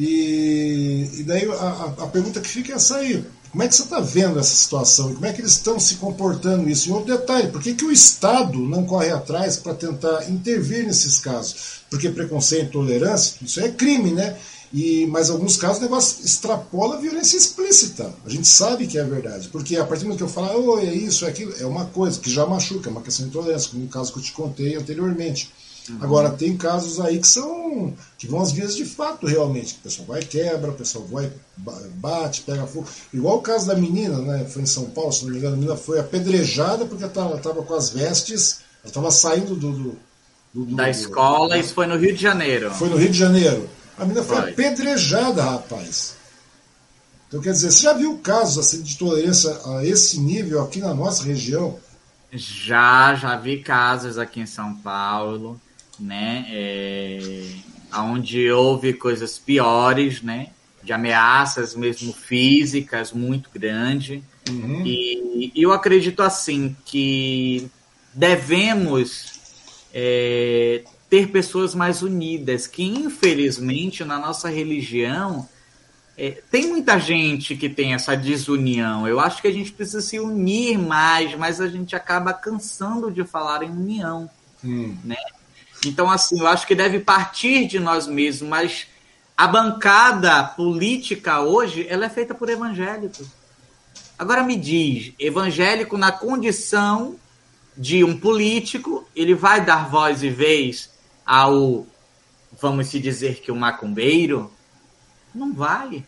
Speaker 1: E, e daí a, a pergunta que fica é essa aí. Como é que você está vendo essa situação? E como é que eles estão se comportando nisso? E outro detalhe, por que, que o Estado não corre atrás para tentar intervir nesses casos? Porque preconceito e intolerância, isso é crime, né? E, mas em alguns casos o negócio extrapola a violência explícita. A gente sabe que é verdade. Porque a partir do momento que eu falo, oh, é isso, é aquilo, é uma coisa que já machuca, é uma questão de intolerância, como o caso que eu te contei anteriormente. Uhum. Agora, tem casos aí que são que vão às vias de fato realmente, que o pessoal vai, quebra, o pessoal vai, bate, pega fogo. Igual o caso da menina, né? Foi em São Paulo, se não me engano, a menina foi apedrejada porque ela estava com as vestes, ela estava saindo do, do, do, do
Speaker 2: da escola, do, isso foi no Rio de Janeiro.
Speaker 1: Foi no Rio de Janeiro. A menina foi, foi apedrejada, rapaz. Então, quer dizer, você já viu casos assim, de tolerância a esse nível aqui na nossa região?
Speaker 2: Já, já vi casos aqui em São Paulo, né? É, onde houve coisas piores, né? De ameaças mesmo físicas muito grandes. Uhum. E, e eu acredito assim que devemos é, ter pessoas mais unidas, que infelizmente na nossa religião é, tem muita gente que tem essa desunião. Eu acho que a gente precisa se unir mais, mas a gente acaba cansando de falar em união, hum. né? Então assim, eu acho que deve partir de nós mesmos, mas a bancada política hoje, ela é feita por evangélicos. Agora me diz, evangélico na condição de um político, ele vai dar voz e vez ao, vamos se dizer que o macumbeiro? Não vai.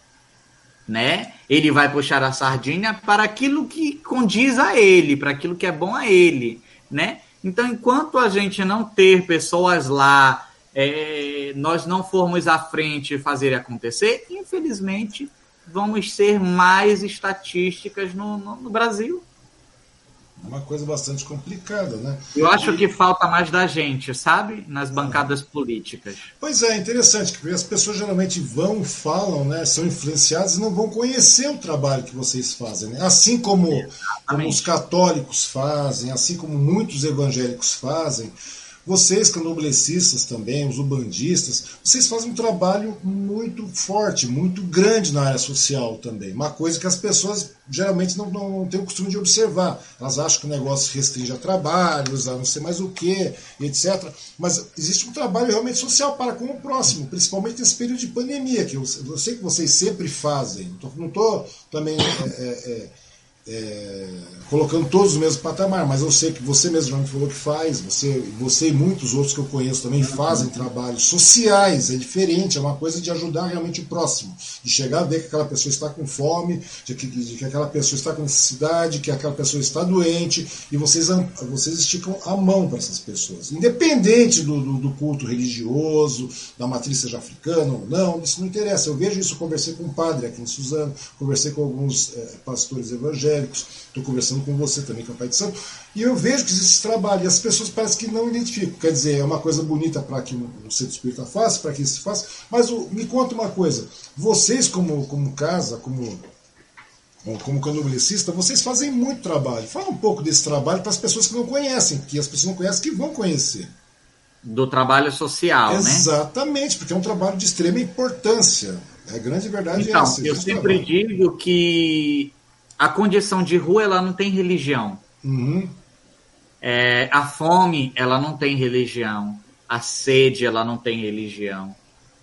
Speaker 2: Né? Ele vai puxar a sardinha para aquilo que condiz a ele, para aquilo que é bom a ele. Né? Então, enquanto a gente não ter pessoas lá, é, nós não formos à frente e fazer acontecer, infelizmente, vamos ser mais estatísticas no, no, no Brasil.
Speaker 1: Uma coisa bastante complicada, né?
Speaker 2: Eu acho e... que falta mais da gente, sabe? Nas bancadas ah. políticas.
Speaker 1: Pois é, interessante, porque as pessoas geralmente vão, falam, né? São influenciadas e não vão conhecer o trabalho que vocês fazem, né? Assim como, como os católicos fazem, assim como muitos evangélicos fazem, vocês, candomblecistas também, os ubandistas, vocês fazem um trabalho muito forte, muito grande na área social também. Uma coisa que as pessoas geralmente não, não, não têm o costume de observar. Elas acham que o negócio restringe a trabalhos, a não sei mais o que, etcétera. Mas existe um trabalho realmente social para com o próximo, principalmente nesse período de pandemia, que eu, eu sei que vocês sempre fazem. Não estou também... É, é, É, colocando todos no mesmo patamar, mas eu sei que você mesmo já me falou que faz, você, você e muitos outros que eu conheço também fazem trabalhos sociais, é diferente, é uma coisa de ajudar realmente o próximo, de chegar a ver que aquela pessoa está com fome, de que, de que aquela pessoa está com necessidade, que aquela pessoa está doente, e vocês, vocês esticam a mão para essas pessoas, independente do, do, do culto religioso, da matriz seja africana ou não, isso não interessa. Eu vejo isso, eu conversei com um padre aqui em Suzano, conversei com alguns é, pastores evangélicos, estou conversando com você também, que é o Pai de Santo, e eu vejo que existe esse trabalho, e as pessoas parecem que não identificam. Quer dizer, é uma coisa bonita para que o centro espírita faça, para que isso se faça, mas o, me conta uma coisa, vocês como, como casa, como, como candomblessista, vocês fazem muito trabalho. Fala um pouco desse trabalho para as pessoas que não conhecem, que as pessoas não conhecem, que vão conhecer.
Speaker 2: Do trabalho social,
Speaker 1: Exatamente,
Speaker 2: né?
Speaker 1: Exatamente, porque é um trabalho de extrema importância. A grande verdade
Speaker 2: então,
Speaker 1: é essa.
Speaker 2: Eu sempre trabalho. digo que a condição de rua, ela não tem religião.
Speaker 1: Uhum.
Speaker 2: É, a fome, ela não tem religião. A sede, ela não tem religião.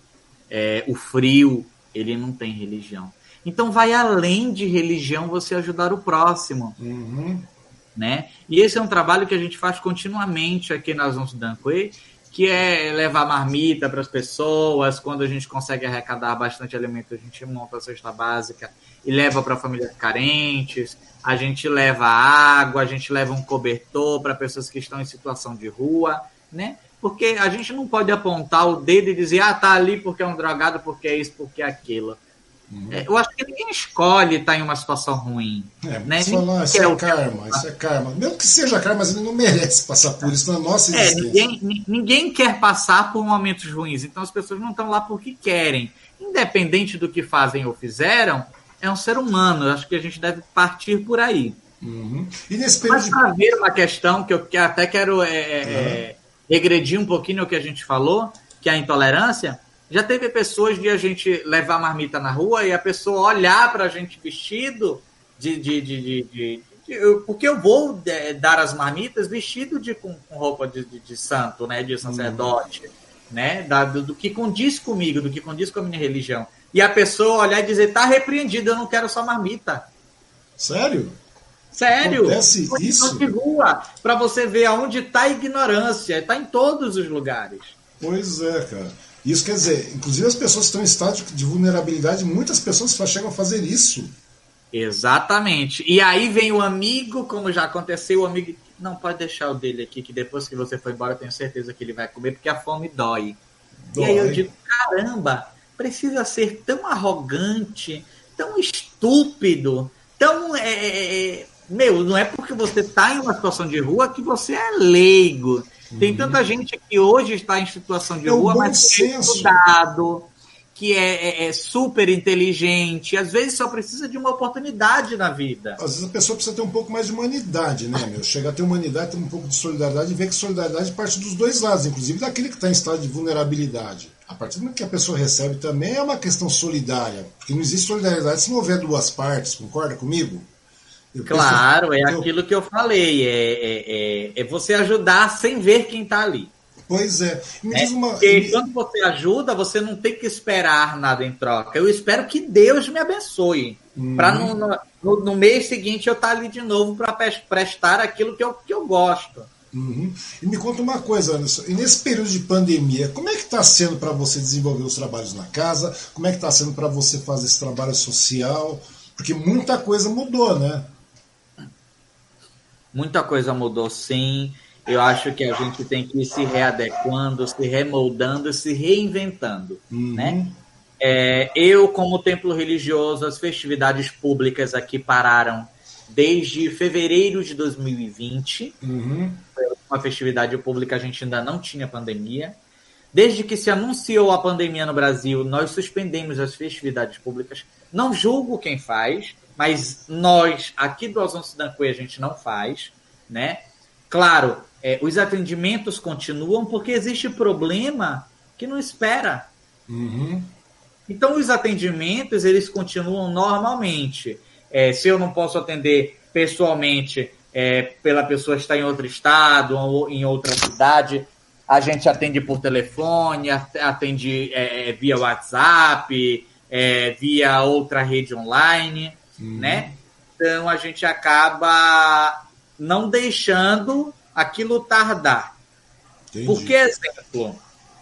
Speaker 2: É, o frio, ele não tem religião. Então, vai além de religião você ajudar o próximo.
Speaker 1: Uhum.
Speaker 2: Né? E esse é um trabalho que a gente faz continuamente aqui na Zona Danquê, que é levar marmita para as pessoas. Quando a gente consegue arrecadar bastante alimento, a gente monta a cesta básica e leva para famílias carentes. A gente leva água, a gente leva um cobertor para pessoas que estão em situação de rua, né? Porque a gente não pode apontar o dedo e dizer, ah, tá ali porque é um drogado, porque é isso, porque é aquilo. Uhum. É, eu acho que ninguém escolhe estar em uma situação ruim.
Speaker 1: É,
Speaker 2: né?
Speaker 1: falar, isso é karma, isso é karma. Mesmo que seja karma, mas ele não merece passar por isso na nossa
Speaker 2: é,
Speaker 1: existência.
Speaker 2: Ninguém, ninguém quer passar por momentos ruins, então as pessoas não estão lá porque querem. Independente do que fazem ou fizeram, é um ser humano. Eu acho que a gente deve partir por aí.
Speaker 1: Uhum. E nesse período...
Speaker 2: Mas para ver uma questão que eu até quero é, uhum. é, regredir um pouquinho o que a gente falou, que é a intolerância. Já teve pessoas de a gente levar marmita na rua e a pessoa olhar para a gente vestido de, de, de, de, de, de eu, porque eu vou de, dar as marmitas vestido de, com, com roupa de, de, de santo, né, de sacerdote, uhum. né, da, do, do que condiz comigo, do que condiz com a minha religião. E a pessoa olhar e dizer, tá repreendido, eu não quero só marmita.
Speaker 1: Sério?
Speaker 2: Sério?
Speaker 1: Acontece isso?
Speaker 2: De rua, para você ver aonde está a ignorância. Está em todos os lugares.
Speaker 1: Pois é, cara. Isso quer dizer, inclusive as pessoas que estão em estado de vulnerabilidade, muitas pessoas chegam a fazer isso.
Speaker 2: Exatamente. E aí vem o amigo, como já aconteceu, o amigo, não, pode deixar o dele aqui, que depois que você for embora, eu tenho certeza que ele vai comer, porque a fome dói. dói. E aí eu digo, caramba, precisa ser tão arrogante, tão estúpido, tão... É, meu, não é porque você está em uma situação de rua que você é leigo. Tem tanta gente que hoje está em situação de
Speaker 1: é
Speaker 2: rua, mas que é estudado, que é, é, é super inteligente, às vezes só precisa de uma oportunidade na vida.
Speaker 1: Às vezes a pessoa precisa ter um pouco mais de humanidade, né, meu? Chegar a ter humanidade, ter um pouco de solidariedade e ver que solidariedade parte dos dois lados, inclusive daquele que está em estado de vulnerabilidade. A partir do momento que a pessoa recebe também é uma questão solidária, porque não existe solidariedade se não houver duas partes, concorda comigo?
Speaker 2: Eu claro, penso, é eu... aquilo que eu falei, é, é, é, é você ajudar sem ver quem está ali.
Speaker 1: Pois é. Me
Speaker 2: é
Speaker 1: diz uma...
Speaker 2: Porque quando você ajuda, você não tem que esperar nada em troca. Eu espero que Deus me abençoe. Uhum. Para no, no, no mês seguinte eu estar ali de novo para prestar aquilo que eu, que eu gosto.
Speaker 1: Uhum. E me conta uma coisa, Anderson, e nesse período de pandemia, como é que está sendo para você desenvolver os trabalhos na casa? Como é que está sendo para você fazer esse trabalho social? Porque muita coisa mudou, né?
Speaker 2: Muita coisa mudou, sim. Eu acho que a gente tem que ir se readequando, se remoldando, se reinventando, uhum. né? É, eu, como templo religioso, as festividades públicas aqui pararam desde fevereiro de dois mil e vinte.
Speaker 1: Uhum.
Speaker 2: Uma festividade pública, a gente ainda não tinha pandemia. Desde que se anunciou a pandemia no Brasil, nós suspendemos as festividades públicas. Não julgo quem faz, mas nós, aqui do Alzonce Dancoy, a gente não faz, né? Claro, é, os atendimentos continuam porque existe problema que não espera.
Speaker 1: Uhum.
Speaker 2: Então, os atendimentos, eles continuam normalmente. É, se eu não posso atender pessoalmente, é, pela pessoa estar em outro estado ou em outra cidade, a gente atende por telefone, atende é, via WhatsApp, é, via outra rede online, uhum. né? Então, a gente acaba não deixando aquilo tardar.
Speaker 1: Entendi.
Speaker 2: Por que, exemplo,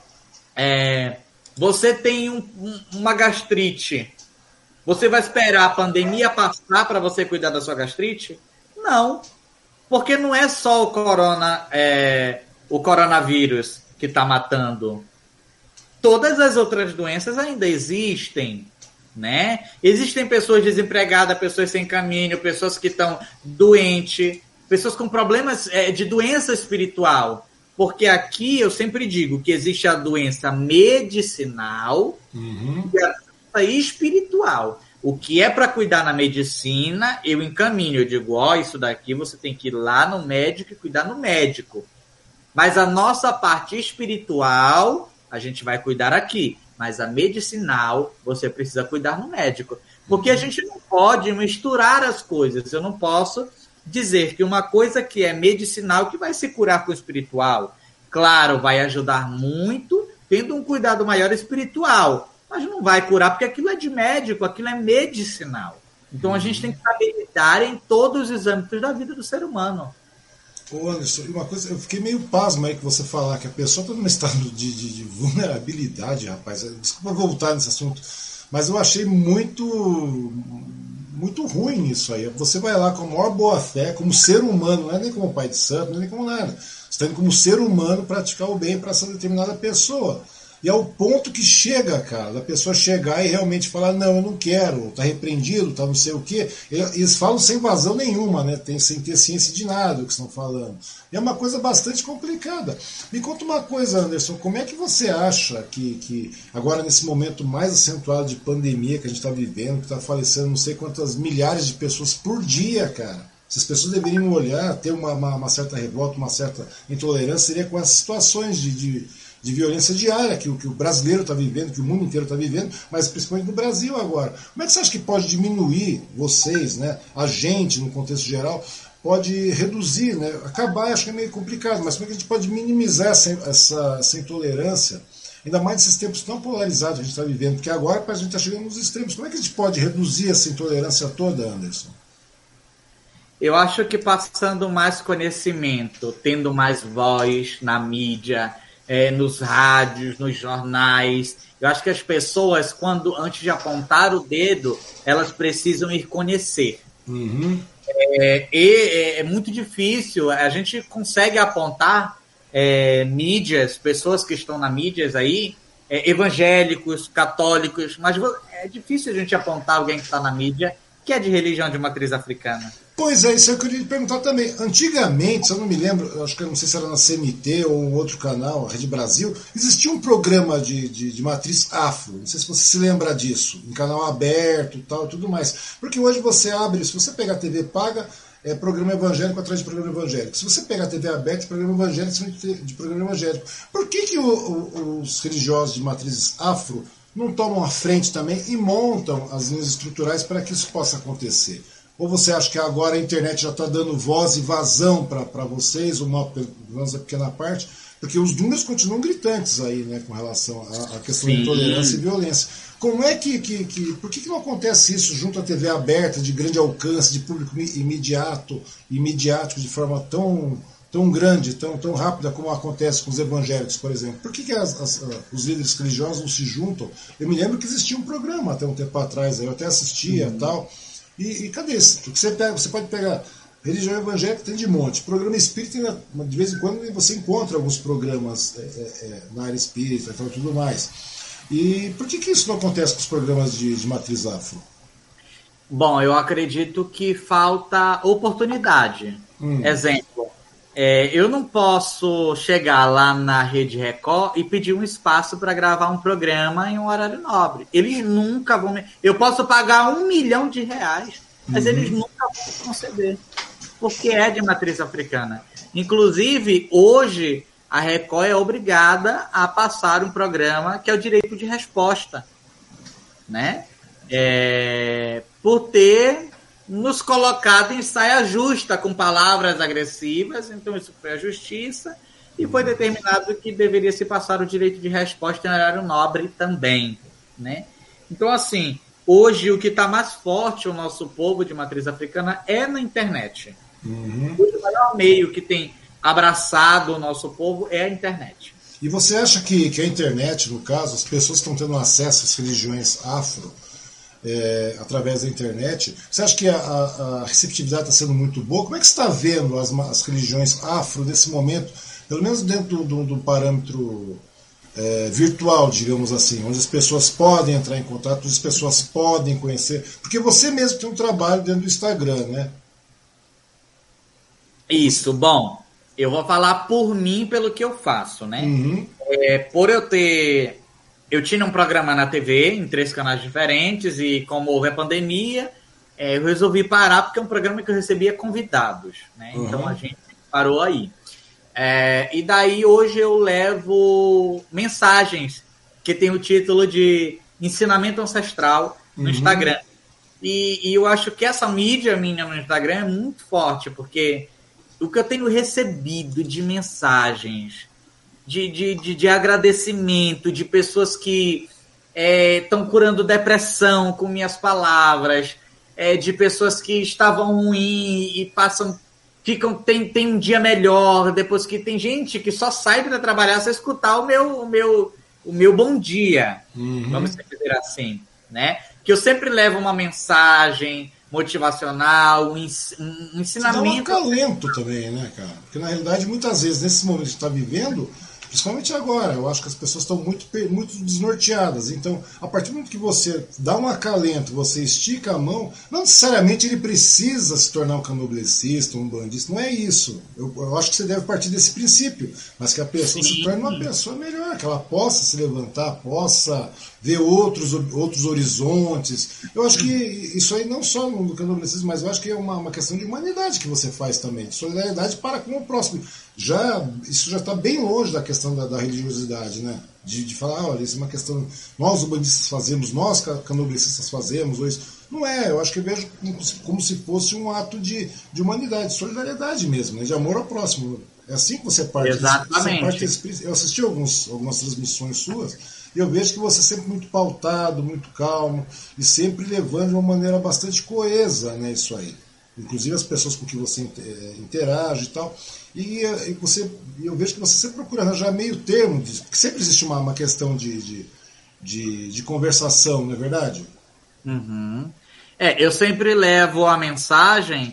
Speaker 2: é, você tem um, um, uma gastrite, você vai esperar a pandemia passar para você cuidar da sua gastrite? Não, porque não é só o, corona, é, o coronavírus que está matando. Todas as outras doenças ainda existem, né? Existem pessoas desempregadas, pessoas sem caminho, pessoas que estão doentes, pessoas com problemas é, de doença espiritual. Porque aqui eu sempre digo que existe a doença medicinal
Speaker 1: uhum.
Speaker 2: e a doença espiritual. O que é para cuidar na medicina, eu encaminho. Eu digo, ó, oh, isso daqui você tem que ir lá no médico e cuidar no médico. Mas a nossa parte espiritual, a gente vai cuidar aqui. Mas a medicinal, você precisa cuidar no médico. Porque a gente não pode misturar as coisas. Eu não posso dizer que uma coisa que é medicinal que vai se curar com o espiritual. Claro, vai ajudar muito, tendo um cuidado maior espiritual. Mas não vai curar, porque aquilo é de médico, aquilo é medicinal. Então a gente tem que saber lidar em todos os âmbitos da vida do ser humano.
Speaker 1: Ô Anderson, uma coisa, eu fiquei meio pasmo aí que você falar que a pessoa está num estado de, de, de vulnerabilidade, rapaz. Desculpa voltar nesse assunto, mas eu achei muito, muito ruim isso aí. Você vai lá com a maior boa fé, como ser humano, não é nem como pai de santo, não é nem como nada. Você está indo como ser humano praticar o bem para essa determinada pessoa. E ao ponto que chega, cara, da pessoa chegar e realmente falar, não, eu não quero, tá repreendido, tá não sei o quê. Eles falam sem vazão nenhuma, né? Tem, sem ter ciência de nada o que estão falando. E é uma coisa bastante complicada. Me conta uma coisa, Anderson, como é que você acha que, que agora nesse momento mais acentuado de pandemia que a gente está vivendo, que está falecendo não sei quantas milhares de pessoas por dia, cara, se as pessoas deveriam olhar, ter uma, uma, uma certa revolta, uma certa intolerância, seria com essas situações de... de de violência diária que o, que o brasileiro está vivendo, que o mundo inteiro está vivendo, mas principalmente no Brasil agora. Como é que você acha que pode diminuir, vocês, né, a gente, no contexto geral, pode reduzir, né, acabar, acho que é meio complicado, mas como é que a gente pode minimizar essa, essa, essa intolerância, ainda mais nesses tempos tão polarizados que a gente está vivendo, porque agora a gente está chegando nos extremos. Como é que a gente pode reduzir essa intolerância toda, Anderson?
Speaker 2: Eu acho que passando mais conhecimento, tendo mais voz na mídia, É, nos rádios, nos jornais. Eu acho que as pessoas, quando antes de apontar o dedo, elas precisam ir conhecer.
Speaker 1: Uhum.
Speaker 2: É, e é muito difícil. A gente consegue apontar é, mídias, pessoas que estão na mídias aí, é, evangélicos, católicos, mas é difícil a gente apontar alguém que está na mídia que é de religião de matriz africana.
Speaker 1: Pois é, isso eu queria lhe perguntar também. Antigamente, se eu não me lembro, acho que eu não sei se era na C M T ou um outro canal, a Rede Brasil, existia um programa de, de, de matriz afro. Não sei se você se lembra disso, em canal aberto e tal, tudo mais. Porque hoje você abre, se você pegar a T V paga, é programa evangélico atrás de programa evangélico. Se você pegar a T V aberta, é programa evangélico de programa evangélico. Por que, que o, o, os religiosos de matrizes afro não tomam a frente também e montam as linhas estruturais para que isso possa acontecer? Ou você acha que agora a internet já está dando voz e vazão para vocês, ou uma, uma pequena parte, porque os números continuam gritantes aí, né, com relação à, à questão Sim. de intolerância e violência. Como é que, que, que por que, que não acontece isso junto à T V aberta, de grande alcance, de público imediato, imediático, de forma tão, tão grande, tão, tão rápida como acontece com os evangélicos, por exemplo? Por que, que as, as, os líderes religiosos não se juntam? Eu me lembro que existia um programa até um tempo atrás, eu até assistia e uhum. tal. E, e cadê isso? Porque você, pega, você pode pegar religião evangélica, tem de monte. Programa espírita, de vez em quando você encontra alguns programas é, é, na área espírita e tudo mais. E por que, que isso não acontece com os programas de, de matriz afro?
Speaker 2: Bom, eu acredito que falta oportunidade. Hum. Exemplo, é, eu não posso chegar lá na Rede Record e pedir um espaço para gravar um programa em um horário nobre. Eles nunca vão me... Eu posso pagar um milhão de reais, mas uhum. eles nunca vão me conceder, porque é de matriz africana. Inclusive, hoje, a Record é obrigada a passar um programa que é o direito de resposta, né? É... Por ter... nos colocado em saia justa com palavras agressivas, então isso foi a justiça, e foi determinado que deveria se passar o direito de resposta em horário nobre também, né? Então, assim, hoje o que está mais forte o nosso povo de matriz africana é na internet. Uhum. O maior meio que tem abraçado o nosso povo é a internet.
Speaker 1: E você acha que, que a internet, no caso, as pessoas que estão tendo acesso às religiões afro, É, através da internet, você acha que a, a, a receptividade está sendo muito boa? Como é que você está vendo as, as religiões afro nesse momento, pelo menos dentro do, do parâmetro é, virtual, digamos assim, onde as pessoas podem entrar em contato, onde as pessoas podem conhecer, porque você mesmo tem um trabalho dentro do Instagram, né?
Speaker 2: Isso, bom, eu vou falar por mim, pelo que eu faço, né? Uhum. É, por eu ter... Eu tinha um programa na T V, em três canais diferentes, e como houve a pandemia, é, eu resolvi parar, porque é um programa que eu recebia convidados, né? Uhum. Então a gente parou aí. É, e daí hoje eu levo mensagens que tem o título de Ensinamento Ancestral no uhum. Instagram. E, e eu acho que essa mídia minha no Instagram é muito forte, porque o que eu tenho recebido de mensagens... De, de, de, de agradecimento, de pessoas que estão é, curando depressão com minhas palavras, é, de pessoas que estavam ruins e passam, ficam, tem, tem um dia melhor, depois que tem gente que só sai para trabalhar sem escutar o meu, o meu, o meu bom dia, uhum. vamos dizer assim, né? Que eu sempre levo uma mensagem motivacional, um ensinamento.
Speaker 1: Dá um acalento também, né, cara? Porque na realidade, muitas vezes, nesse momento que a gente está vivendo, principalmente agora, eu acho que as pessoas estão muito, muito desnorteadas. Então, a partir do momento que você dá um acalento, você estica a mão, não necessariamente ele precisa se tornar um candomblessista, um bandista, não é isso. Eu, eu acho que você deve partir desse princípio, mas que a pessoa Sim. se torne uma pessoa melhor, que ela possa se levantar, possa ver outros, outros horizontes. Eu acho que isso aí não só no candomblessismo, mas eu acho que é uma, uma questão de humanidade que você faz também, de solidariedade para com o próximo. Já, isso já está bem longe da questão da, da religiosidade, né? De, de falar, olha, isso é uma questão, nós umbandistas fazemos, nós candomblessistas fazemos, ou isso. Não é, eu acho que eu vejo como, como se fosse um ato de, de humanidade, de solidariedade mesmo, né? De amor ao próximo. É assim que você parte.
Speaker 2: Exatamente.
Speaker 1: Você parte desse, eu assisti alguns, algumas transmissões suas e eu vejo que você é sempre muito pautado, muito calmo e sempre levando de uma maneira bastante coesa, né, isso aí. Inclusive as pessoas com que você interage e tal. E, e você, eu vejo que você sempre procura arranjar meio termo disso, porque sempre existe uma, uma questão de, de, de, de conversação, não é verdade?
Speaker 2: Uhum. É, eu sempre levo a mensagem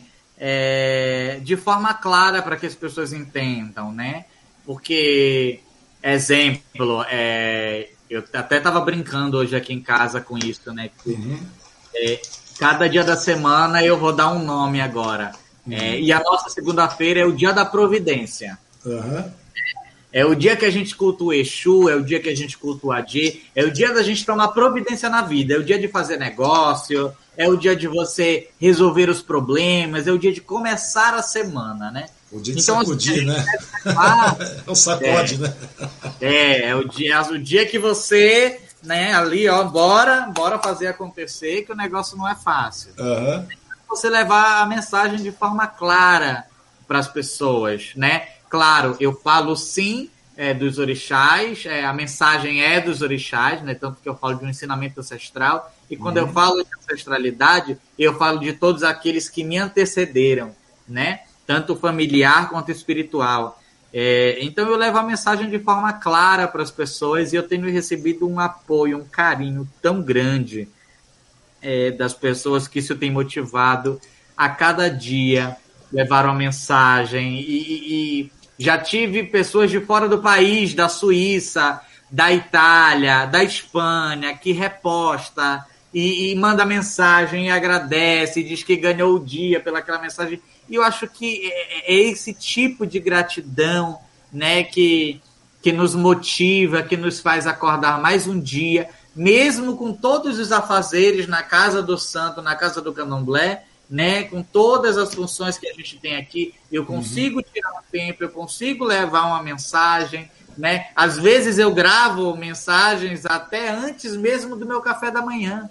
Speaker 2: é, de forma clara para que as pessoas entendam, né? Porque, exemplo, é, eu até estava brincando hoje aqui em casa com isso, né? Que,
Speaker 1: uhum.
Speaker 2: é, cada dia da semana eu vou dar um nome agora. Uhum. É, e a nossa segunda-feira é o dia da providência.
Speaker 1: Uhum.
Speaker 2: É o dia que a gente cultua o Exu, é o dia que a gente cultua o Adê, é o dia da gente tomar providência na vida, é o dia de fazer negócio, é o dia de você resolver os problemas, é o dia de começar a semana, né?
Speaker 1: O dia de então, sacudir, assim, né? É o sacode,
Speaker 2: é,
Speaker 1: né?
Speaker 2: É, é o dia, o dia que você, né, ali, ó, bora, bora fazer acontecer, que o negócio não é fácil.
Speaker 1: Uhum.
Speaker 2: Você levar a mensagem de forma clara para as pessoas, né? Claro, eu falo sim é, dos orixás, é, a mensagem é dos orixás, né? Tanto que eu falo de um ensinamento ancestral, e quando uhum. eu falo de ancestralidade, eu falo de todos aqueles que me antecederam, né? Tanto familiar quanto espiritual. É, então eu levo a mensagem de forma clara para as pessoas e eu tenho recebido um apoio, um carinho tão grande é, das pessoas que isso tem motivado a cada dia levar uma mensagem e, e já tive pessoas de fora do país, da Suíça, da Itália, da Espanha, que reposta e, e manda mensagem e agradece, e diz que ganhou o dia pelaquela mensagem. E eu acho que é, é esse tipo de gratidão, né, que, que nos motiva, que nos faz acordar mais um dia, mesmo com todos os afazeres na casa do santo, na casa do candomblé, né, com todas as funções que a gente tem aqui, eu consigo uhum. tirar um tempo, eu consigo levar uma mensagem, né? Às vezes eu gravo mensagens até antes mesmo do meu café da manhã,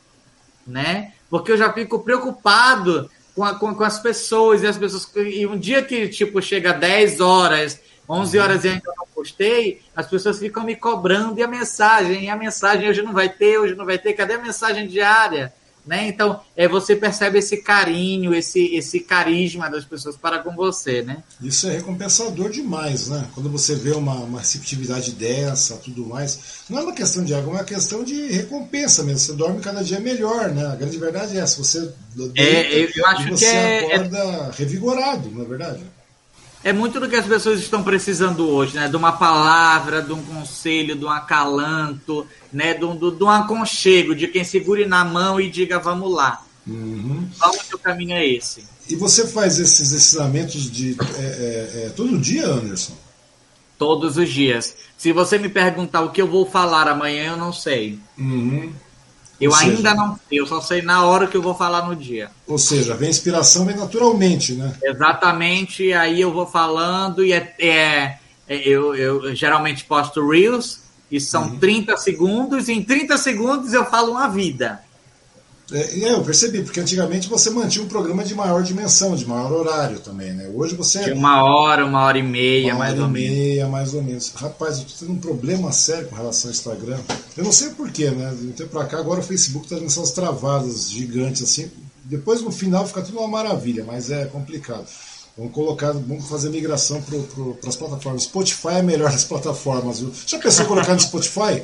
Speaker 2: né? Porque eu já fico preocupado com, a, com, com as pessoas e as pessoas. E um dia que tipo chega dez horas, onze horas e ainda não postei, as pessoas ficam me cobrando e a mensagem, e a mensagem hoje não vai ter, hoje não vai ter, cadê a mensagem diária? Né? Então, é, você percebe esse carinho, esse, esse carisma das pessoas para com você, né?
Speaker 1: Isso é recompensador demais, né? Quando você vê uma, uma receptividade dessa, tudo mais. Não é uma questão de água, é uma questão de recompensa mesmo. Você dorme cada dia melhor, né? A grande verdade é essa. Você deita,
Speaker 2: é, eu acho
Speaker 1: e você
Speaker 2: que é,
Speaker 1: acorda é... revigorado, não é verdade?
Speaker 2: É muito do que as pessoas estão precisando hoje, né? De uma palavra, de um conselho, de um acalanto, né? De um, de um aconchego, de quem segure na mão e diga, vamos lá.
Speaker 1: Uhum.
Speaker 2: Vamos que o caminho é esse.
Speaker 1: E você faz esses ensinamentos de, é, é, é, todo dia, Anderson?
Speaker 2: Todos os dias. Se você me perguntar o que eu vou falar amanhã, eu não sei.
Speaker 1: Uhum.
Speaker 2: Eu Ou ainda seja, não sei, eu só sei na hora que eu vou falar no dia.
Speaker 1: Ou seja, vem inspiração vem naturalmente, né?
Speaker 2: Exatamente, aí eu vou falando e é, é, é, eu, eu geralmente posto Reels e são uhum. trinta segundos e em trinta segundos eu falo uma vida.
Speaker 1: É, eu percebi, porque antigamente você mantinha um programa de maior dimensão, de maior horário também, né? Hoje você...
Speaker 2: De uma hora, uma hora e meia,
Speaker 1: uma
Speaker 2: mais
Speaker 1: hora
Speaker 2: ou
Speaker 1: e
Speaker 2: menos.
Speaker 1: meia, mais ou menos. Rapaz, eu tô tendo um problema sério com relação ao Instagram. Eu não sei porquê, né? De um tempo pra cá, agora o Facebook tá dando essas travadas gigantes assim. Depois, no final, fica tudo uma maravilha, mas é complicado. Vamos colocar, vamos fazer migração para as plataformas. Spotify é melhor das plataformas, viu? Já pensou em colocar no Spotify?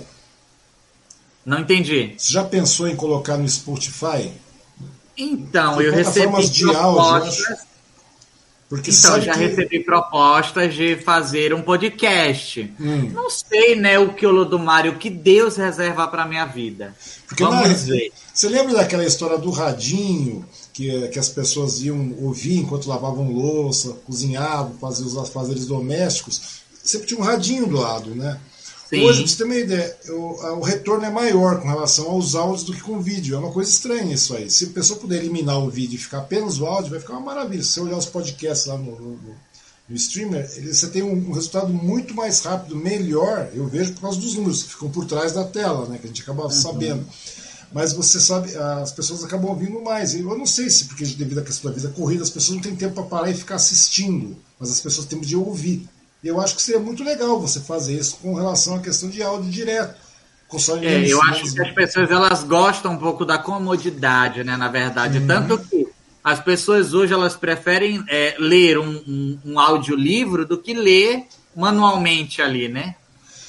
Speaker 2: Não entendi.
Speaker 1: Você já pensou em colocar no Spotify?
Speaker 2: Então, eu recebi
Speaker 1: de propostas. Áudio,
Speaker 2: Porque então, já que... recebi propostas de fazer um podcast. Hum. Não sei, né, o que o Lodumário, o que Deus reserva para minha vida.
Speaker 1: Porque Vamos na... ver. Você lembra daquela história do radinho que, que as pessoas iam ouvir enquanto lavavam louça, cozinhavam, faziam os afazeres domésticos? Sempre tinha um radinho do lado, né? Sim. Hoje, pra você ter uma ideia, o, o retorno é maior com relação aos áudios do que com o vídeo. É uma coisa estranha isso aí. Se a pessoa puder eliminar o vídeo e ficar apenas o áudio, vai ficar uma maravilha. Se você olhar os podcasts lá no, no, no streamer, ele, você tem um, um resultado muito mais rápido, melhor, eu vejo por causa dos números que ficam por trás da tela, né, que a gente acaba uhum. sabendo. Mas você sabe, as pessoas acabam ouvindo mais. Eu não sei se porque devido à questão da vida corrida, as pessoas não têm tempo para parar e ficar assistindo, mas as pessoas têm tempo de ouvir. Eu acho que seria muito legal você fazer isso com relação à questão de áudio direto.
Speaker 2: É, eu acho que as pessoas elas gostam um pouco da comodidade, né, na verdade. Uhum. Tanto que as pessoas hoje elas preferem é, ler um, um, um audiolivro do que ler manualmente ali, né?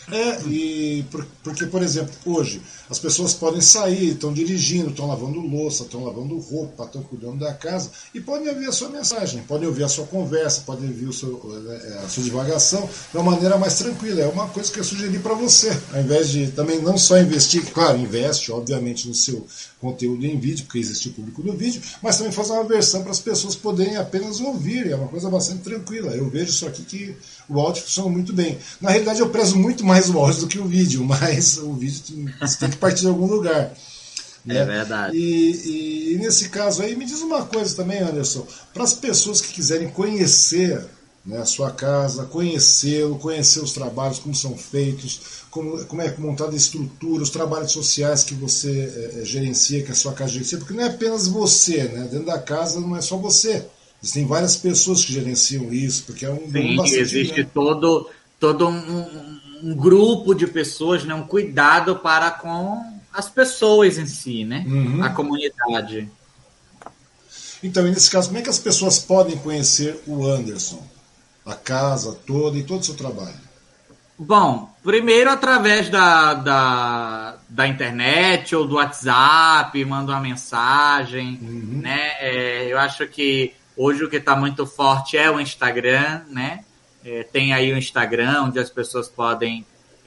Speaker 1: É, e por, porque, por exemplo, hoje as pessoas podem sair, estão dirigindo, estão lavando louça, estão lavando roupa, estão cuidando da casa e podem ouvir a sua mensagem, podem ouvir a sua conversa, podem ouvir o seu, a sua divagação de uma maneira mais tranquila. É uma coisa que eu sugeri para você, ao invés de também não só investir, claro, investe, obviamente, no seu conteúdo em vídeo, porque existe o público do vídeo, mas também fazer uma versão para as pessoas poderem apenas ouvir. É uma coisa bastante tranquila. Eu vejo isso aqui que o áudio funciona muito bem. Na realidade, eu prezo muito mais o áudio do que o vídeo, mas o vídeo você tem que partir de algum lugar. Né?
Speaker 2: É verdade.
Speaker 1: E, e nesse caso aí, me diz uma coisa também, Anderson, para as pessoas que quiserem conhecer, né, a sua casa, conhecê-lo, conhecer os trabalhos, como são feitos, como, como é montada a estrutura, os trabalhos sociais que você é, gerencia, que a sua casa gerencia, porque não é apenas você, né? Dentro da casa não é só você. Existem várias pessoas que gerenciam isso, porque é um
Speaker 2: Sim, existe grande. todo, todo um, um grupo de pessoas, né, um cuidado para com as pessoas em si, né? Uhum. A comunidade.
Speaker 1: Então, nesse caso, como é que as pessoas podem conhecer o Anderson? A casa toda e todo o seu trabalho?
Speaker 2: Bom, primeiro através da, da, da internet ou do WhatsApp, manda uma mensagem, uhum. né? É, eu acho que hoje o que está muito forte é o Instagram, né? É, tem aí o Instagram, onde as pessoas podem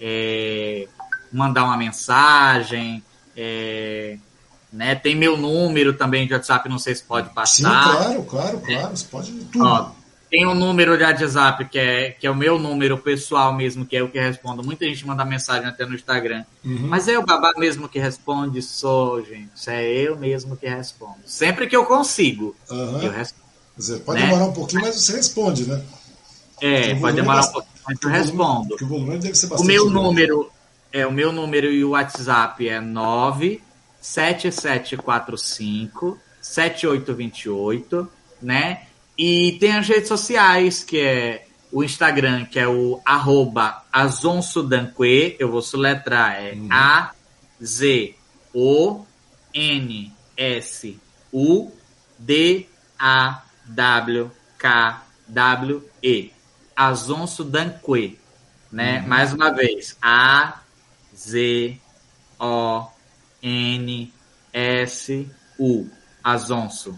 Speaker 2: é, mandar uma mensagem, é, né? Tem meu número também de WhatsApp, não sei se pode passar.
Speaker 1: Sim, claro, claro, claro, você pode tudo.
Speaker 2: Ó, tem um número de WhatsApp, que é, que é o meu número pessoal mesmo, que é o que respondo. Muita gente manda mensagem até no Instagram. Uhum. Mas é o Babá mesmo que responde? Sou, gente. Isso é eu mesmo que respondo. Sempre que eu consigo,
Speaker 1: uhum.
Speaker 2: eu respondo.
Speaker 1: Quer dizer, pode né? demorar um pouquinho, mas você responde, né?
Speaker 2: É, pode demorar um pouquinho, mas eu respondo.
Speaker 1: Porque o volume deve ser bastante
Speaker 2: o meu
Speaker 1: grande.
Speaker 2: número, é, o meu número e o WhatsApp é nove sete sete quatro cinco sete oito dois oito, né? E tem as redes sociais, que é o Instagram, que é o arroba azonsodanque, eu vou soletrar, é uhum. A Z O N S U D A W K W E, azonsodanque, né? Uhum. Mais uma vez, A Z O N S U, Azonso,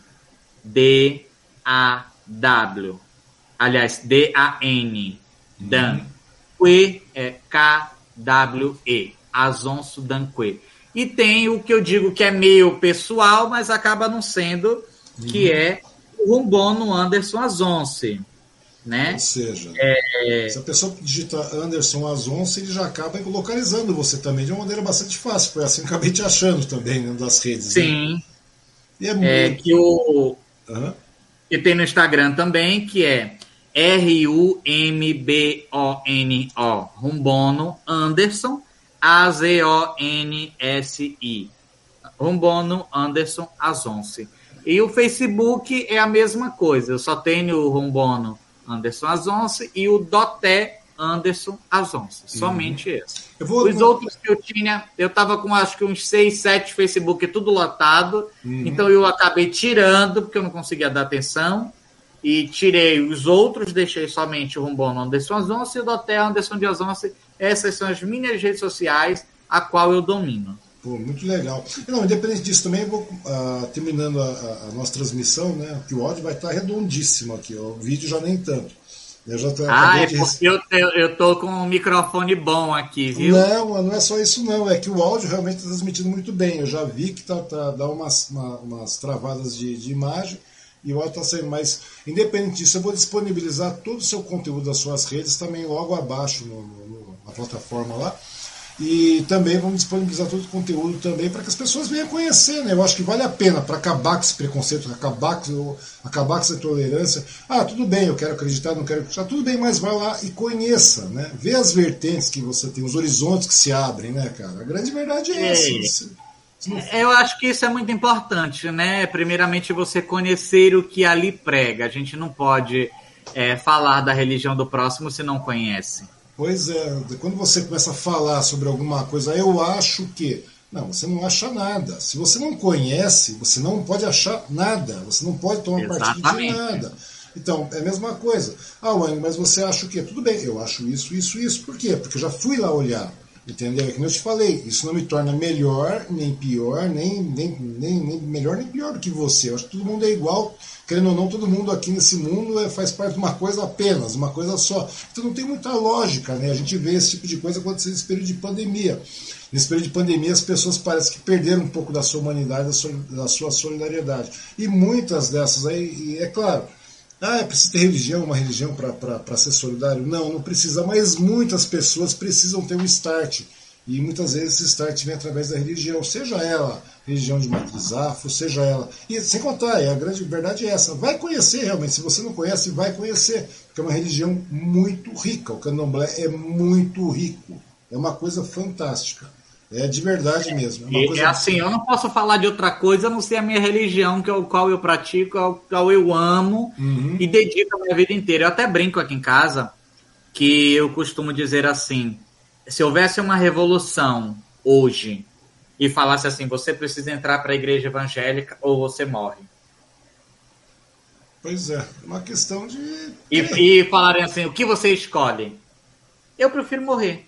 Speaker 2: D A W, aliás, D A N, Dan, Que é K W E, Azonso Danque. E tem o que eu digo que é meu pessoal, mas acaba não sendo, que uhum. é o Rumbono Anderson Azonce, né?
Speaker 1: Ou seja, é... se a pessoa digita Anderson Azonce, ele já acaba localizando você também de uma maneira bastante fácil. Foi assim que eu acabei te achando também, né, das redes.
Speaker 2: Sim.
Speaker 1: Né? E é,
Speaker 2: é
Speaker 1: muito...
Speaker 2: que o...
Speaker 1: Uhum.
Speaker 2: E tem no Instagram também, que é R U M B O N O, Rumbono Anderson, A Z O N S I, Rumbono Anderson Azonce. E o Facebook é a mesma coisa, eu só tenho o Rumbono Anderson Azonce e o Doté Anderson Azonce, somente uhum. esse. Eu vou... Os outros que eu tinha, eu tava com acho que uns seis, sete Facebook tudo lotado, uhum. então eu acabei tirando, porque eu não conseguia dar atenção, e tirei os outros, deixei somente o Rumbono Anderson Azonce e o Doté Anderson de Azonce. Essas são as minhas redes sociais, a qual eu domino.
Speaker 1: Pô, muito legal. Não, independente disso também, eu vou uh, terminando a, a, a nossa transmissão, né? Que o áudio vai estar redondíssimo aqui, ó, o vídeo já nem tanto. Eu já tô,
Speaker 2: ah, é porque eu, eu, eu tô com um microfone bom aqui, viu?
Speaker 1: Não, não é só isso não, é que o áudio realmente está transmitindo muito bem. Eu já vi que tá, tá, dá umas, uma, umas travadas de, de imagem e o áudio está saindo, mas independente disso, eu vou disponibilizar todo o seu conteúdo das suas redes também logo abaixo no, no, na plataforma lá. E também vamos disponibilizar todo o conteúdo também para que as pessoas venham conhecer, né? Eu acho que vale a pena para acabar com esse preconceito, acabar com, acabar com essa intolerância. Ah, tudo bem, eu quero acreditar, não quero acreditar, tudo bem, mas vai lá e conheça, né? Vê as vertentes que você tem, os horizontes que se abrem, né, cara? A grande verdade é, é. essa. Você, você não...
Speaker 2: Eu acho que isso é muito importante, né? Primeiramente você conhecer o que ali prega. A gente não pode é, falar da religião do próximo se não conhece.
Speaker 1: Pois é, quando você começa a falar sobre alguma coisa, eu acho que... Não, você não acha nada. Se você não conhece, você não pode achar nada. Você não pode tomar partido de nada. Então, é a mesma coisa. Ah, Wang, mas você acha o quê? Tudo bem, eu acho isso, isso, isso. Por quê? Porque eu já fui lá olhar. Entendeu? É que eu te falei, isso não me torna melhor, nem pior, nem, nem, nem, nem melhor nem pior do que você. Eu acho que todo mundo é igual, querendo ou não, todo mundo aqui nesse mundo é, faz parte de uma coisa apenas, uma coisa só. Então não tem muita lógica, né? A gente vê esse tipo de coisa acontecer nesse período de pandemia. Nesse período de pandemia as pessoas parecem que perderam um pouco da sua humanidade, da sua solidariedade. E muitas dessas aí, e é claro, ah, é preciso ter religião, uma religião para ser solidário? Não, não precisa, mas muitas pessoas precisam ter um start. E muitas vezes esse start vem através da religião, seja ela religião de matriz afro, seja ela... E sem contar, a grande verdade é essa, vai conhecer realmente, se você não conhece, vai conhecer, porque é uma religião muito rica, o candomblé é muito rico, é uma coisa fantástica. É de verdade mesmo. É, uma coisa...
Speaker 2: é assim, eu não posso falar de outra coisa a não ser a minha religião, que é o qual eu pratico, é o qual eu amo uhum. e dedico a minha vida inteira. Eu até brinco aqui em casa que eu costumo dizer assim, se houvesse uma revolução hoje e falasse assim, você precisa entrar para a igreja evangélica ou você morre.
Speaker 1: Pois é, uma questão de...
Speaker 2: E, e falarem assim, o que você escolhe? Eu prefiro morrer.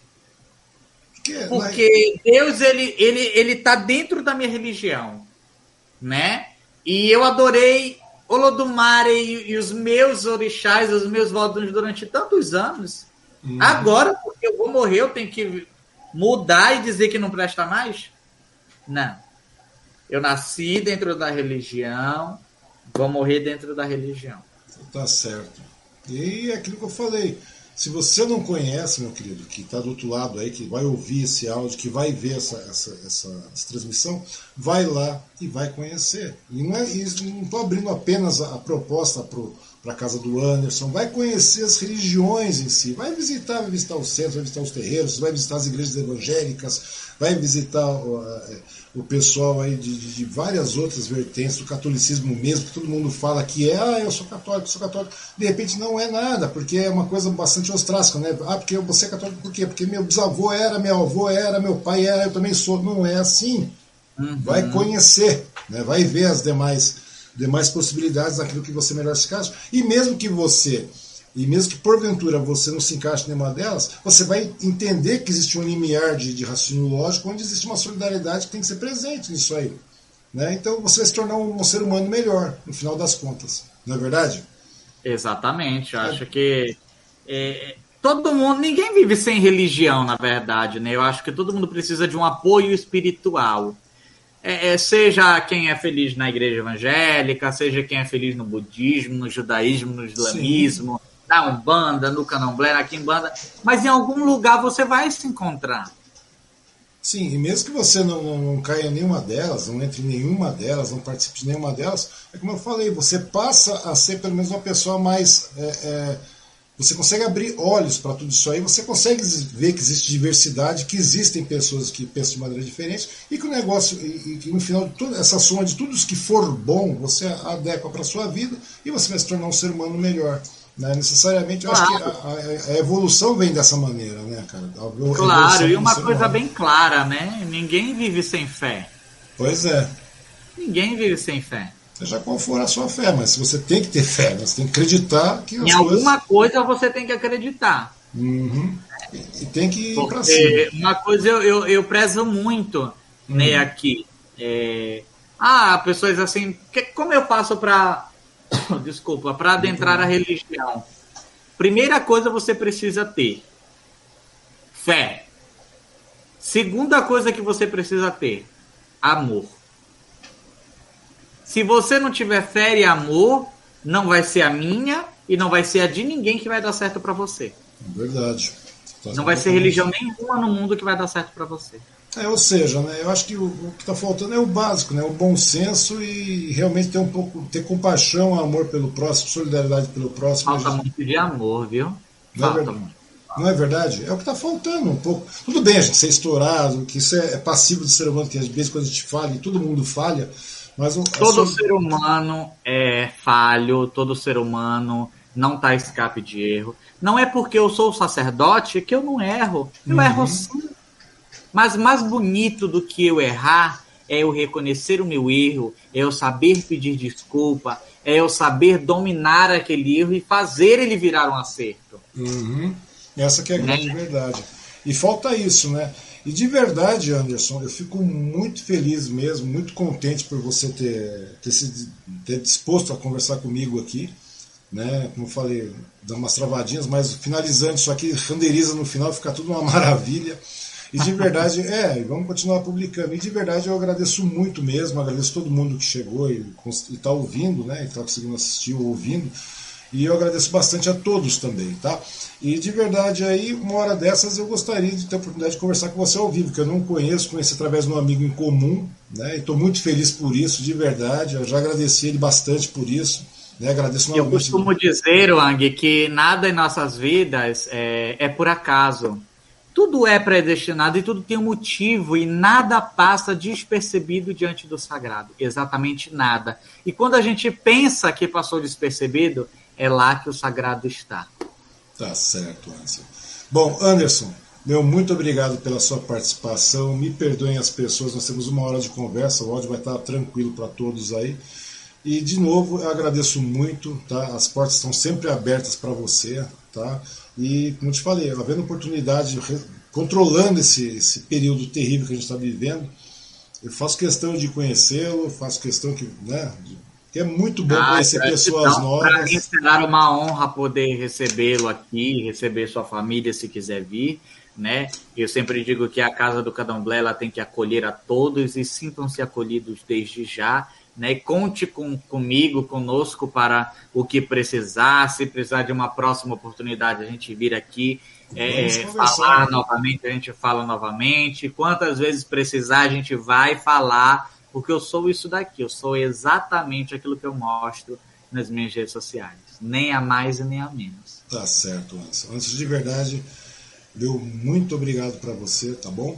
Speaker 2: Porque Deus, ele, ele, ele tá dentro da minha religião, né? E eu adorei Olodumare e, e os meus orixás, os meus votos durante tantos anos. Hum. Agora, porque eu vou morrer, eu tenho que mudar e dizer que não presta mais? Não. Eu nasci dentro da religião, vou morrer dentro da religião.
Speaker 1: Tá certo. E é aquilo que eu falei. Se você não conhece, meu querido, que está do outro lado aí, que vai ouvir esse áudio, que vai ver essa, essa, essa, essa transmissão, vai lá e vai conhecer. E não é isso, não estou abrindo apenas a, a proposta para a casa do Anderson, vai conhecer as religiões em si, vai visitar, vai visitar o centro, vai visitar os terreiros, vai visitar as igrejas evangélicas, vai visitar o, o pessoal aí de, de, de várias outras vertentes do catolicismo mesmo, que todo mundo fala que é, ah, eu sou católico, sou católico. De repente não é nada, porque é uma coisa bastante ostrástica, né? Ah, porque você é católico, por quê? Porque meu bisavô era, meu avô era, meu pai era, eu também sou. Não é assim. Uhum. Vai conhecer, né? Vai ver as demais, demais possibilidades daquilo que você melhor se encaixa. E mesmo que você... E mesmo que porventura você não se encaixe em nenhuma delas, você vai entender que existe um limiar de, de raciocínio lógico, onde existe uma solidariedade que tem que ser presente nisso aí. Né? Então você vai se tornar um, um ser humano melhor, no final das contas. Não é verdade?
Speaker 2: Exatamente. Eu é. acho que é, todo mundo, ninguém vive sem religião, na verdade. Né? Eu acho que todo mundo precisa de um apoio espiritual. É, é, seja quem é feliz na igreja evangélica, seja quem é feliz no budismo, no judaísmo, no islamismo, Sim. na Umbanda, no Candomblé, na Quimbanda, mas em algum lugar você vai se encontrar.
Speaker 1: Sim, e mesmo que você não, não, não caia em nenhuma delas, não entre em nenhuma delas, não participe de nenhuma delas, é como eu falei, você passa a ser pelo menos uma pessoa mais... É, é, você consegue abrir olhos para tudo isso aí, você consegue ver que existe diversidade, que existem pessoas que pensam de maneira diferente, e que o negócio, e que no final de toda essa soma de tudo isso que for bom, você adequa para a sua vida e você vai se tornar um ser humano melhor. Né? Necessariamente, eu claro. acho que a, a, a evolução vem dessa maneira, né, cara? A
Speaker 2: claro, e uma coisa humano. bem clara, né? Ninguém vive sem fé.
Speaker 1: Pois é.
Speaker 2: Ninguém vive sem fé.
Speaker 1: Seja qual for a sua fé, mas você tem que ter fé, né? Você tem que acreditar que as
Speaker 2: em alguma coisas... coisa você tem que acreditar.
Speaker 1: Uhum. E, e tem que ir para
Speaker 2: cima. Uma coisa eu, eu, eu prezo muito, uhum. né, aqui. É... Ah, pessoas assim, que, como eu faço para desculpa, para adentrar a religião? Primeira coisa você precisa ter fé. Segunda coisa que você precisa ter, amor. Se você não tiver fé e amor, não vai ser a minha e não vai ser a de ninguém que vai dar certo para você.
Speaker 1: Verdade. Tá
Speaker 2: não vai ser religião nenhuma no mundo que vai dar certo para você.
Speaker 1: É, ou seja, né, eu acho que o, o que está faltando é o básico, né, o bom senso e realmente ter um pouco, ter compaixão, amor pelo próximo, solidariedade pelo próximo.
Speaker 2: Falta gente... muito de amor, viu?
Speaker 1: Não
Speaker 2: Falta
Speaker 1: é muito. Não é verdade? É o que está faltando um pouco. Tudo bem a gente ser estourado, que isso é passivo do ser humano, que às vezes quando a gente falha, e todo mundo falha. Mas o,
Speaker 2: todo
Speaker 1: sua...
Speaker 2: ser humano é falho, todo ser humano não está escape de erro. Não é porque eu sou sacerdote que eu não erro. Eu uhum. erro sim. Mas mais bonito do que eu errar é eu reconhecer o meu erro, é eu saber pedir desculpa, é eu saber dominar aquele erro e fazer ele virar um acerto.
Speaker 1: Uhum. Essa que é a grande, né, verdade. E falta isso, né? E de verdade, Anderson, eu fico muito feliz mesmo, muito contente por você ter, ter se ter disposto a conversar comigo aqui, né? Como eu falei, dá umas travadinhas, mas finalizando isso aqui, renderiza no final, fica tudo uma maravilha. E de verdade, é, vamos continuar publicando. E de verdade eu agradeço muito mesmo, agradeço todo mundo que chegou e está ouvindo, né? E está conseguindo assistir ou ouvindo. E eu agradeço bastante a todos também, tá? E de verdade aí, uma hora dessas eu gostaria de ter a oportunidade de conversar com você ao vivo, que eu não conheço, conheci através de um amigo em comum, né? E estou muito feliz por isso, de verdade. Eu já agradeci ele bastante por isso, né? Agradeço novamente.
Speaker 2: Eu costumo dizer, Wang, que nada em nossas vidas é, é por acaso. Tudo é predestinado e tudo tem um motivo e nada passa despercebido diante do sagrado. Exatamente nada. E quando a gente pensa que passou despercebido, é lá que o sagrado está.
Speaker 1: Tá certo, Anderson. Bom, Anderson, meu muito obrigado pela sua participação. Me perdoem as pessoas, nós temos uma hora de conversa, o áudio vai estar tranquilo para todos aí. E, de novo, eu agradeço muito, tá? As portas estão sempre abertas para você, tá? E, como eu te falei, havendo oportunidade, controlando esse, esse período terrível que a gente está vivendo, eu faço questão de conhecê-lo, faço questão que, né, de, que é muito bom ah, conhecer pessoas
Speaker 2: então,
Speaker 1: novas.
Speaker 2: Para mim será uma honra poder recebê-lo aqui, receber sua família se quiser vir, né? Eu sempre digo que a Casa do Candomblé ela tem que acolher a todos e sintam-se acolhidos desde já. Né, conte com, comigo, conosco para o que precisar. Se precisar de uma próxima oportunidade, a gente vir aqui é, falar novamente, a gente fala novamente. Quantas vezes precisar, a gente vai falar, porque eu sou isso daqui, eu sou exatamente aquilo que eu mostro nas minhas redes sociais. Nem a mais e nem a menos.
Speaker 1: Tá certo, Anderson. Antes de verdade, meu muito obrigado para você, tá bom?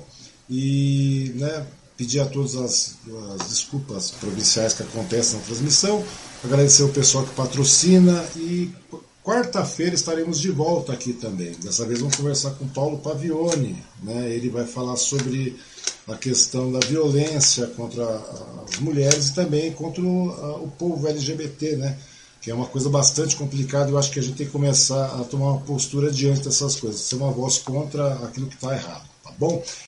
Speaker 1: E, né, pedir a todos as, as desculpas provinciais que acontecem na transmissão, agradecer o pessoal que patrocina e quarta-feira estaremos de volta aqui também. Dessa vez vamos conversar com Paulo Pavione, né? Ele vai falar sobre a questão da violência contra as mulheres e também contra o, o povo L G B T, né? Que é uma coisa bastante complicada. Eu acho que a gente tem que começar a tomar uma postura diante dessas coisas, ser uma voz contra aquilo que está errado, tá bom?